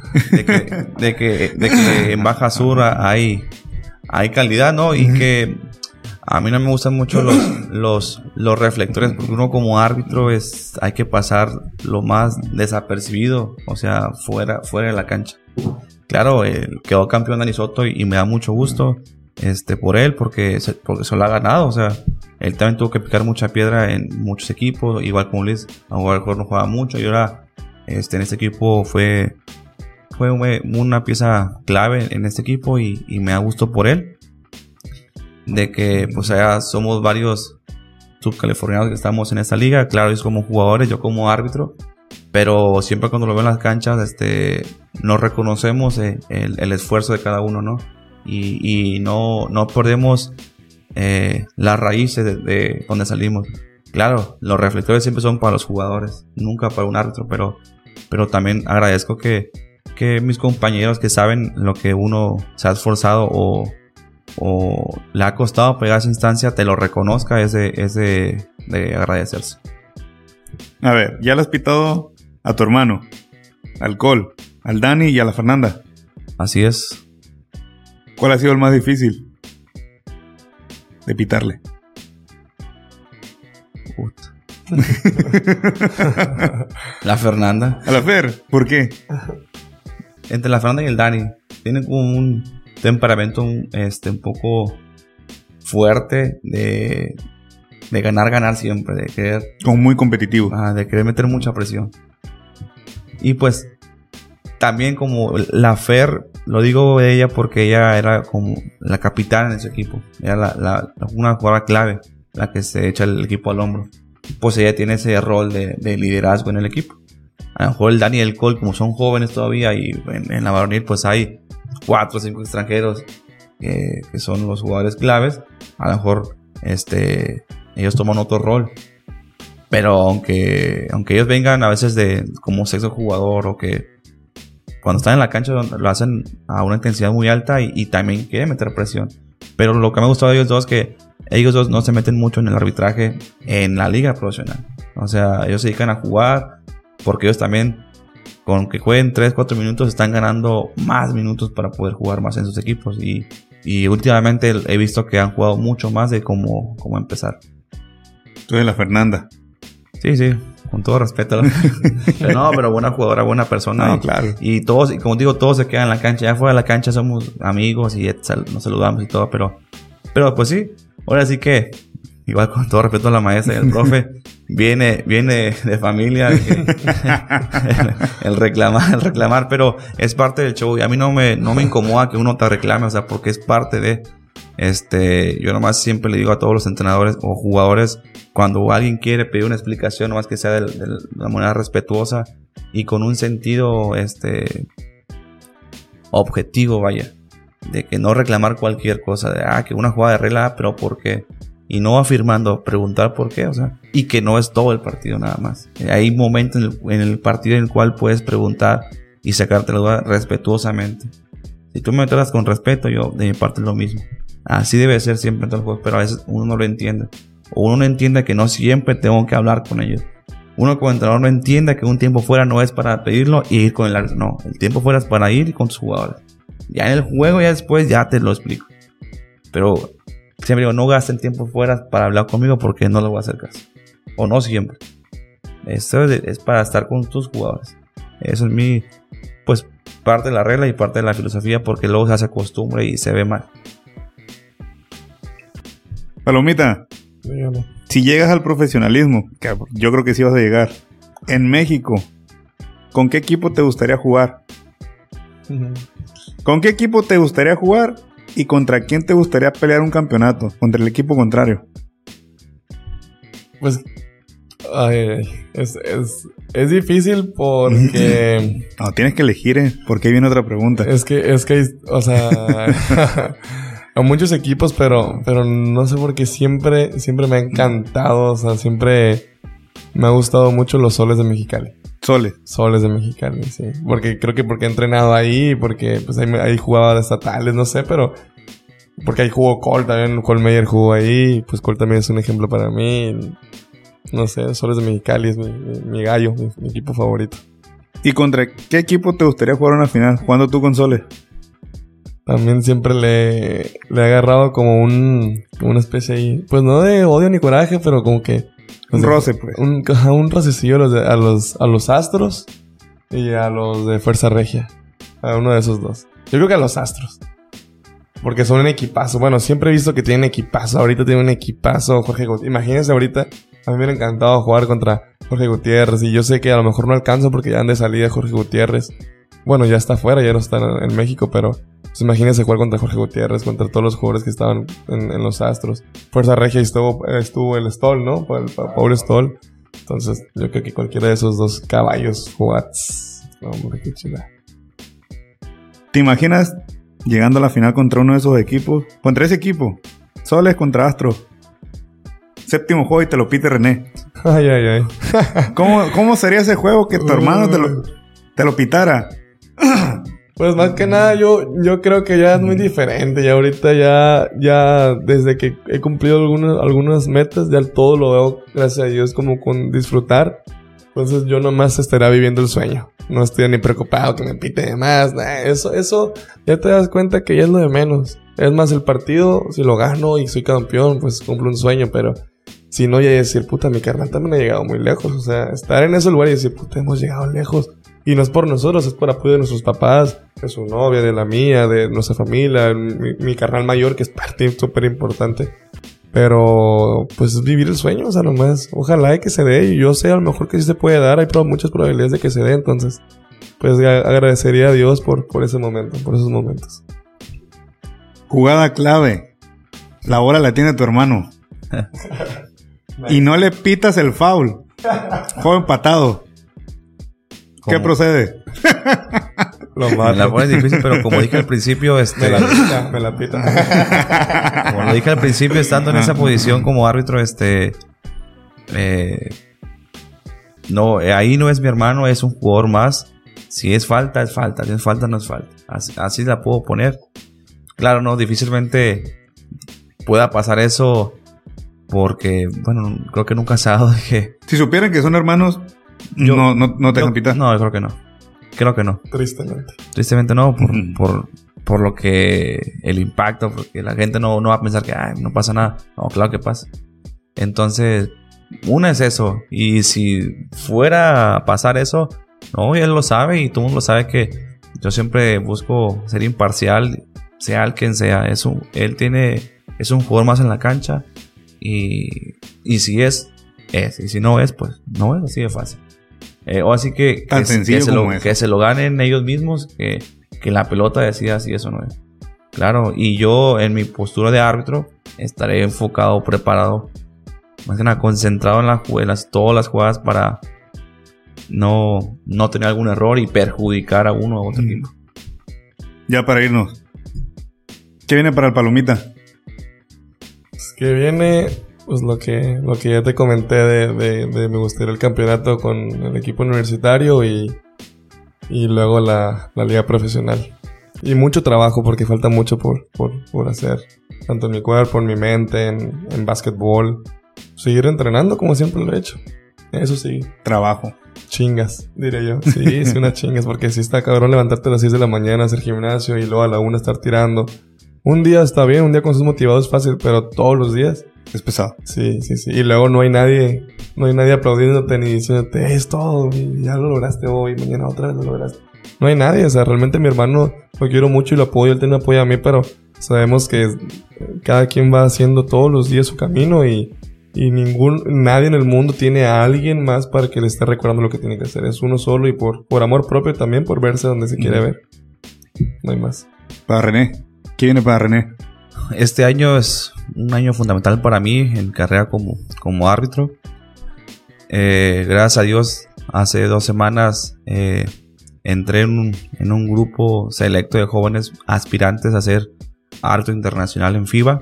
en Baja Sur hay calidad, ¿no? Y que a mí no me gustan mucho los reflectores, porque uno como árbitro hay que pasar lo más desapercibido, o sea, fuera de la cancha. Claro, quedó campeón Dani Soto y me da mucho gusto por él, porque se lo ha ganado. O sea, él también tuvo que picar mucha piedra en muchos equipos, igual como Luis. A lo mejor no jugaba mucho y ahora en este equipo fue una pieza clave en este equipo, y me da gusto por él, de que pues allá somos varios subcalifornianos que estamos en esta liga. Claro, ellos como jugadores, yo como árbitro, pero siempre cuando lo veo en las canchas nos reconocemos el esfuerzo de cada uno, ¿no? Y no perdemos las raíces de donde salimos. Claro, los reflectores siempre son para los jugadores, nunca para un árbitro, pero también agradezco que mis compañeros que saben lo que uno se ha esforzado o le ha costado pegar a esa instancia, te lo reconozca, es de agradecerse. A ver, ya le has pitado a tu hermano, al Col, al Dani y a la Fernanda. Así es. ¿Cuál ha sido el más difícil de pitarle? La Fernanda. ¿A la Fer? ¿Por qué? Entre la Fernanda y el Dani tienen como un temperamento un poco fuerte de ganar siempre, de querer, como muy competitivo, de querer meter mucha presión. Y pues también como la Fer, lo digo de ella porque ella era como la capitana en ese equipo, era una jugadora clave, la que se echa el equipo al hombro. Pues ella tiene ese rol de liderazgo en el equipo. A lo mejor el Dani y el Cole, como son jóvenes todavía, y en la varonil pues hay 4 o 5 extranjeros que son los jugadores claves. A lo mejor ellos toman otro rol, pero aunque ellos vengan a veces como sexto jugador, o que cuando están en la cancha lo hacen a una intensidad muy alta y también quieren meter presión. Pero lo que me ha gustado de ellos dos es que ellos dos no se meten mucho en el arbitraje en la liga profesional. O sea, ellos se dedican a jugar, porque ellos también, con que jueguen 3-4 minutos, están ganando más minutos para poder jugar más en sus equipos. Y últimamente he visto que han jugado mucho más de cómo empezar. Tú eres la Fernanda. Sí, con todo respeto. Pero buena jugadora, buena persona. No, claro. Y todos, y como digo, todos se quedan en la cancha. Ya fuera de la cancha somos amigos y nos saludamos y todo, pero pues sí, ahora sí que, igual con todo respeto a la maestra y al profe, viene de familia el reclamar, pero es parte del show, y a mí no me incomoda que uno te reclame, o sea, porque es parte de yo nomás siempre le digo a todos los entrenadores o jugadores, cuando alguien quiere pedir una explicación, nomás que sea de la manera respetuosa y con un sentido objetivo, vaya, de que no reclamar cualquier cosa, de que una jugada de regla, pero ¿por qué? Y no afirmando, preguntar por qué, o sea, y que no es todo el partido nada más. Hay momentos en el partido en el cual puedes preguntar y sacarte la duda respetuosamente. Si tú me tratas con respeto, yo de mi parte es lo mismo. Así debe ser siempre en todos los juegos, pero a veces uno no lo entiende. O uno no entiende que no siempre tengo que hablar con ellos. Uno como entrenador no entiende que un tiempo fuera no es para pedirlo y ir con el árbitro. No, el tiempo fuera es para ir con tus jugadores. Ya en el juego, ya después, ya te lo explico. Pero siempre digo, no gasten tiempo fuera para hablar conmigo porque no les voy a hacer caso. O no siempre. Esto es para estar con tus jugadores. Eso es mi, pues, parte de la regla y parte de la filosofía, porque luego se hace costumbre y se ve mal. Palomita, Dígame. si llegas al profesionalismo, que yo creo que sí vas a llegar, en México, ¿con qué equipo te gustaría jugar? ¿Con qué equipo te gustaría jugar y contra quién te gustaría pelear un campeonato? Contra el equipo contrario. Pues, es difícil porque... No, tienes que elegir, porque ahí viene otra pregunta. Es que, o sea... a muchos equipos, pero no sé por qué siempre me ha encantado, o sea, siempre me ha gustado mucho los Soles de Mexicali. Soles de Mexicali, sí. Porque he entrenado ahí, porque pues ahí jugaba de estatales, no sé, pero... Porque ahí jugó Cole también, Cole Meyer jugó ahí, pues Cole también es un ejemplo para mí. No sé, Soles de Mexicali es mi gallo, mi equipo favorito. ¿Y contra qué equipo te gustaría jugar una final, jugando tú con Soles? También siempre le he agarrado como una especie ahí, pues no de odio ni coraje, pero como que... Un roce, pues. Un rocecillo a los Astros y a los de Fuerza Regia. A uno de esos dos. Yo creo que a los Astros. Porque son un equipazo. Bueno, siempre he visto que tienen equipazo. Ahorita tienen un equipazo Jorge Gutiérrez. Imagínense ahorita, a mí me hubiera encantado jugar contra Jorge Gutiérrez. Y yo sé que a lo mejor no alcanzo porque ya han de salida Jorge Gutiérrez. Bueno, ya está afuera, ya no está en México, pero... Pues imagínense jugar contra Jorge Gutiérrez, contra todos los jugadores que estaban en los Astros. Fuerza Regia estuvo el Stoll, ¿no? Paul Stoll. Entonces, yo creo que cualquiera de esos dos caballos jugats. No, hombre, qué chula. ¿Te imaginas llegando a la final contra uno de esos equipos? Contra ese equipo. Soles contra Astros. Séptimo juego y te lo pite René. Ay. ¿Cómo sería ese juego que tu hermano te lo pitara? Pues más que nada yo creo que ya es muy diferente. Ya ahorita ya desde que he cumplido algunas metas, ya todo lo veo, gracias a Dios, como con disfrutar. Entonces yo nomás estaría viviendo el sueño. No estoy ni preocupado que me pite de más. Nah, eso ya te das cuenta que ya es lo de menos. Es más, el partido, si lo gano y soy campeón, pues cumplo un sueño. Pero si no, ya decir, puta, mi carnal también ha llegado muy lejos. O sea, estar en ese lugar y decir, puta, hemos llegado lejos. Y no es por nosotros, es por apoyo de nuestros papás, de su novia, de la mía, de nuestra familia, mi carnal mayor, que es parte súper importante. Pero, pues, es vivir el sueño, o sea, nomás. Ojalá que se dé, y yo sé a lo mejor que sí se puede dar, hay muchas probabilidades de que se dé, entonces, pues, agradecería a Dios por ese momento, por esos momentos. Jugada clave. La bola la tiene tu hermano. Y no le pitas el foul. Juego empatado. ¿Qué procede? Lo Me la pones difícil, pero como dije al principio, me la pita. Como lo dije al principio, estando en esa posición como árbitro, no, ahí no es mi hermano, es un jugador más. Si es falta, es falta. Si es falta, no es falta. Así la puedo poner. Claro, no, difícilmente pueda pasar eso porque, bueno, creo que nunca se ha dado de que... Si supieran que son hermanos... No te dejan pitar. No, yo creo que no. Creo que no. Tristemente no, por lo que el impacto, porque la gente no va a pensar que no pasa nada. No, claro que pasa. Entonces, una es eso. Y si fuera a pasar eso, no, él lo sabe y todo el mundo lo sabe que yo siempre busco ser imparcial, sea el quien sea. Es un jugador más en la cancha y si es. Y si no es, pues no es así de fácil. O así que se lo ganen ellos mismos, que la pelota decida si eso no es. Claro, y yo en mi postura de árbitro estaré enfocado, preparado, más que nada concentrado en todas las jugadas para no tener algún error y perjudicar a uno o otro equipo. Ya para irnos, ¿qué viene para el Palomita? Pues que viene... Pues lo que ya te comenté de me gustaría el campeonato con el equipo universitario y luego la liga profesional. Y mucho trabajo porque falta mucho por hacer. Tanto en mi cuerpo, en mi mente, en básquetbol. seguir entrenando como siempre lo he hecho. Eso sí. Trabajo. Chingas, diré yo. Sí, sí, unas chingas. Porque sí está cabrón levantarte a las 6 de la mañana, hacer gimnasio y luego a la 1 estar tirando. Un día está bien, un día con sus motivados es fácil, pero todos los días es pesado. Sí. Y luego no hay nadie aplaudiéndote ni diciéndote, es todo, ya lo lograste hoy, mañana otra vez lo lograste. No hay nadie, o sea, realmente mi hermano lo quiero mucho y lo apoyo, él también me apoya a mí, pero sabemos que cada quien va haciendo todos los días su camino y nadie en el mundo tiene a alguien más para que le esté recordando lo que tiene que hacer. Es uno solo y por amor propio también, por verse donde se quiere ver. No hay más. Para René. ¿Qué viene para René? Este año es un año fundamental para mí en carrera como árbitro. Gracias a Dios, hace 2 semanas entré en un grupo selecto de jóvenes aspirantes a ser árbitro internacional en FIBA.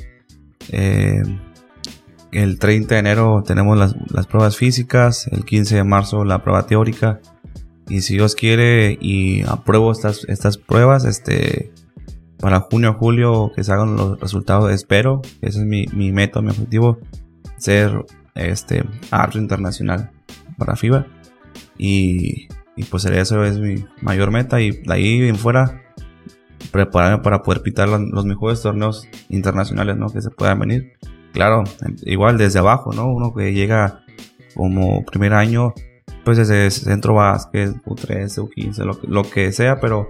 El 30 de enero tenemos las pruebas físicas, el 15 de marzo la prueba teórica. Y si Dios quiere y apruebo estas pruebas, para junio o julio que se hagan los resultados, espero, ese es mi meta, mi objetivo, ser árbitro internacional para FIBA. Y pues eso es mi mayor meta, y de ahí en fuera prepararme para poder pitar los mejores torneos internacionales, ¿no?, que se puedan venir. Claro, igual desde abajo, ¿no? Uno que llega como primer año, pues desde centro básquet, U13, U15, lo que sea, pero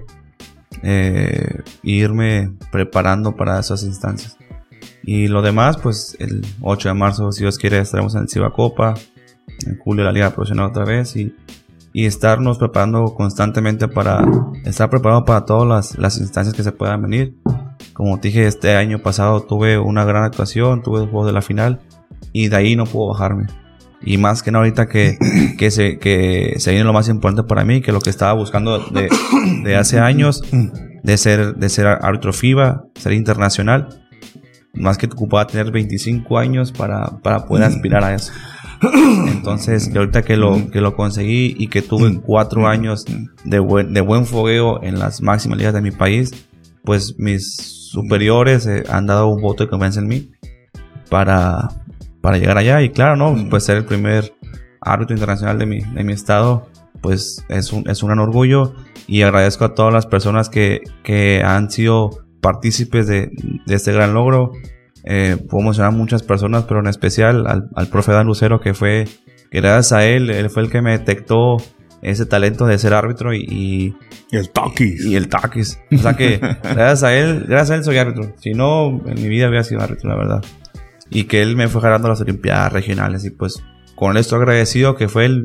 irme preparando para esas instancias. Y lo demás, pues el 8 de marzo, si Dios quiere, estaremos en Ciba Copa, en julio la Liga Profesional otra vez, y estarnos preparando constantemente para estar preparado para todas las instancias que se puedan venir. Como te dije, este año pasado tuve una gran actuación, tuve el juego de la final y de ahí no puedo bajarme. Y más que nada ahorita que se viene lo más importante para mí, que lo que estaba buscando de hace años, de ser árbitro FIBA, ser internacional, más que ocupaba tener 25 años para poder aspirar a eso. Entonces, que ahorita que lo conseguí y que tuve 4 años de buen fogueo en las máximas ligas de mi país, pues mis superiores han dado un voto de confianza en mí para llegar allá. Y claro, ¿no? Pues ser el primer árbitro internacional de mi estado, pues es un gran orgullo, y agradezco a todas las personas que han sido partícipes de este gran logro. Puedo mencionar muchas personas, pero en especial al profe Dan Lucero, que gracias a él fue el que me detectó ese talento de ser árbitro y el taquis. O sea que gracias a él soy árbitro. Si no, en mi vida habría sido árbitro, la verdad. Y que él me fue jalando a las olimpiadas regionales, y pues con esto agradecido, que fue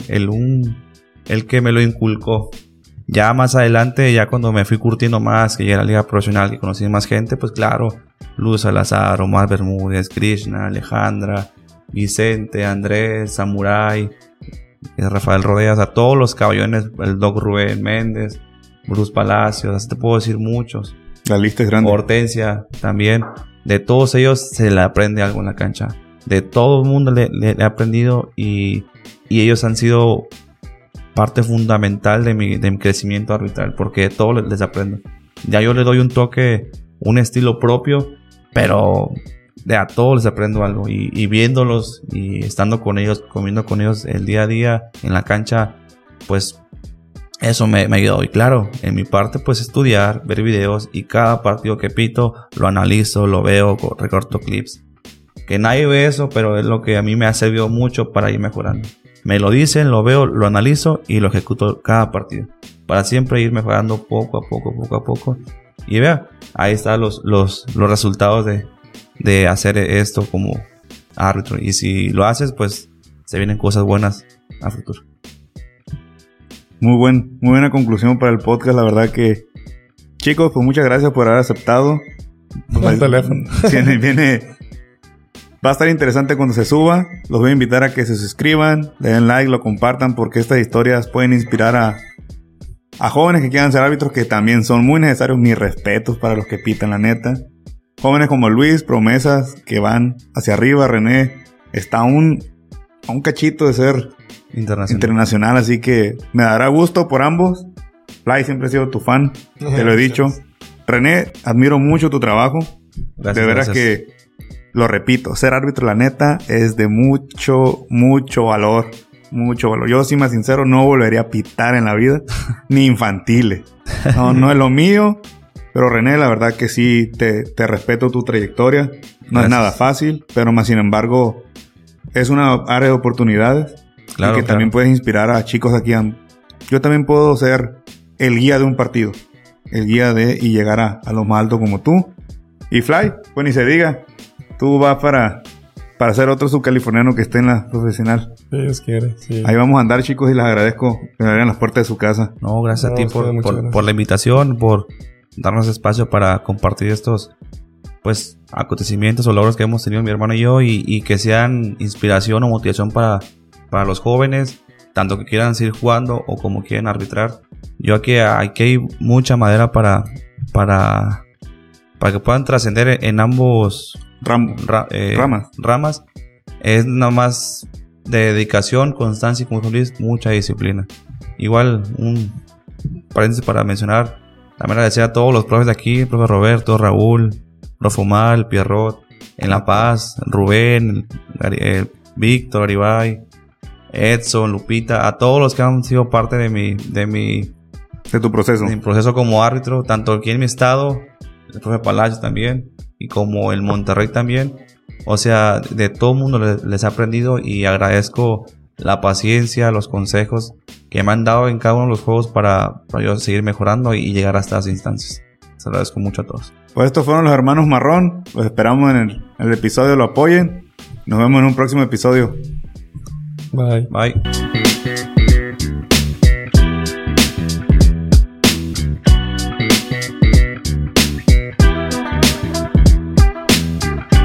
el que me lo inculcó. Ya más adelante, ya cuando me fui curtiendo más, que llegué a la Liga Profesional, que conocí más gente, pues claro, Luz Salazar, Omar Bermúdez, Krishna, Alejandra, Vicente, Andrés, Samurai, Rafael Rodeas, a todos los caballones, el Doc Rubén Méndez, Bruce Palacios, así te puedo decir muchos. La lista es grande. Hortensia también. De todos ellos se le aprende algo en la cancha. De todo el mundo le he aprendido, y ellos han sido parte fundamental de mi crecimiento arbitral, porque de todo les aprendo. Ya yo les doy un toque, un estilo propio, pero a todos les aprendo algo, y viéndolos y estando con ellos, comiendo con ellos el día a día en la cancha, pues eso me ha ayudado. Y claro, en mi parte, pues estudiar, ver videos, y cada partido que pito lo analizo, lo veo, recorto clips, que nadie ve eso, pero es lo que a mí me ha servido mucho para ir mejorando. Me lo dicen, lo veo, lo analizo y lo ejecuto cada partido, para siempre ir mejorando poco a poco. Y vea, ahí están los resultados de hacer esto como árbitro. Y si lo haces, pues se vienen cosas buenas a futuro. Muy buena conclusión para el podcast. La verdad que, chicos, pues muchas gracias por haber aceptado. El teléfono. Va a estar interesante cuando se suba. Los voy a invitar a que se suscriban, le den like, lo compartan, porque estas historias pueden inspirar a jóvenes que quieran ser árbitros, que también son muy necesarios. Mis respetos para los que pitan, la neta. Jóvenes como Luis, promesas que van hacia arriba. René está a un cachito de ser internacional, así que me dará gusto por ambos. Fly, siempre he sido tu fan, te lo he dicho. René, admiro mucho tu trabajo. Gracias, de veras que lo repito, ser árbitro, la neta, es de mucho valor. Mucho valor. Yo, si me sincero, no volvería a pitar en la vida, ni infantiles. No es lo mío. Pero René, la verdad que sí, te respeto tu trayectoria. No Gracias. es nada fácil, pero más sin embargo, es una área de oportunidades. Claro, y que también puedes inspirar a chicos aquí. Yo también puedo ser el guía de un partido. El guía y llegar a lo más alto como tú. Y Fly, pues ni se diga. Tú vas para ser otro subcaliforniano que esté en la profesional. Si Dios quiere, sí. Ahí vamos a andar, chicos, y les agradezco que me abran las puertas de su casa. No, gracias a ti muchas gracias. por la invitación, por darnos espacio para compartir estos, pues, acontecimientos o logros que hemos tenido mi hermano y yo, y que sean inspiración o motivación para los jóvenes, tanto que quieran seguir jugando o como quieran arbitrar. Yo aquí hay mucha madera para que puedan trascender en ambos ramas. Es nada más de dedicación, constancia y, como tú dices, mucha disciplina. Igual, un paréntesis para mencionar, también agradecer a todos los profes de aquí, el profe Roberto, Raúl, profe Omar, Pierrot, en La Paz, Rubén, Víctor, Aribay, Edson, Lupita, a todos los que han sido parte de mi proceso como árbitro, tanto aquí en mi estado, el profe Palacios también, y como el Monterrey también. O sea, de todo el mundo les he aprendido, y agradezco la paciencia, los consejos que me han dado en cada uno de los juegos para yo seguir mejorando y llegar hasta las instancias. Les agradezco mucho a todos. Pues estos fueron los hermanos Marrón. Los esperamos en el episodio, lo apoyen. Nos vemos en un próximo episodio. Bye. Bye.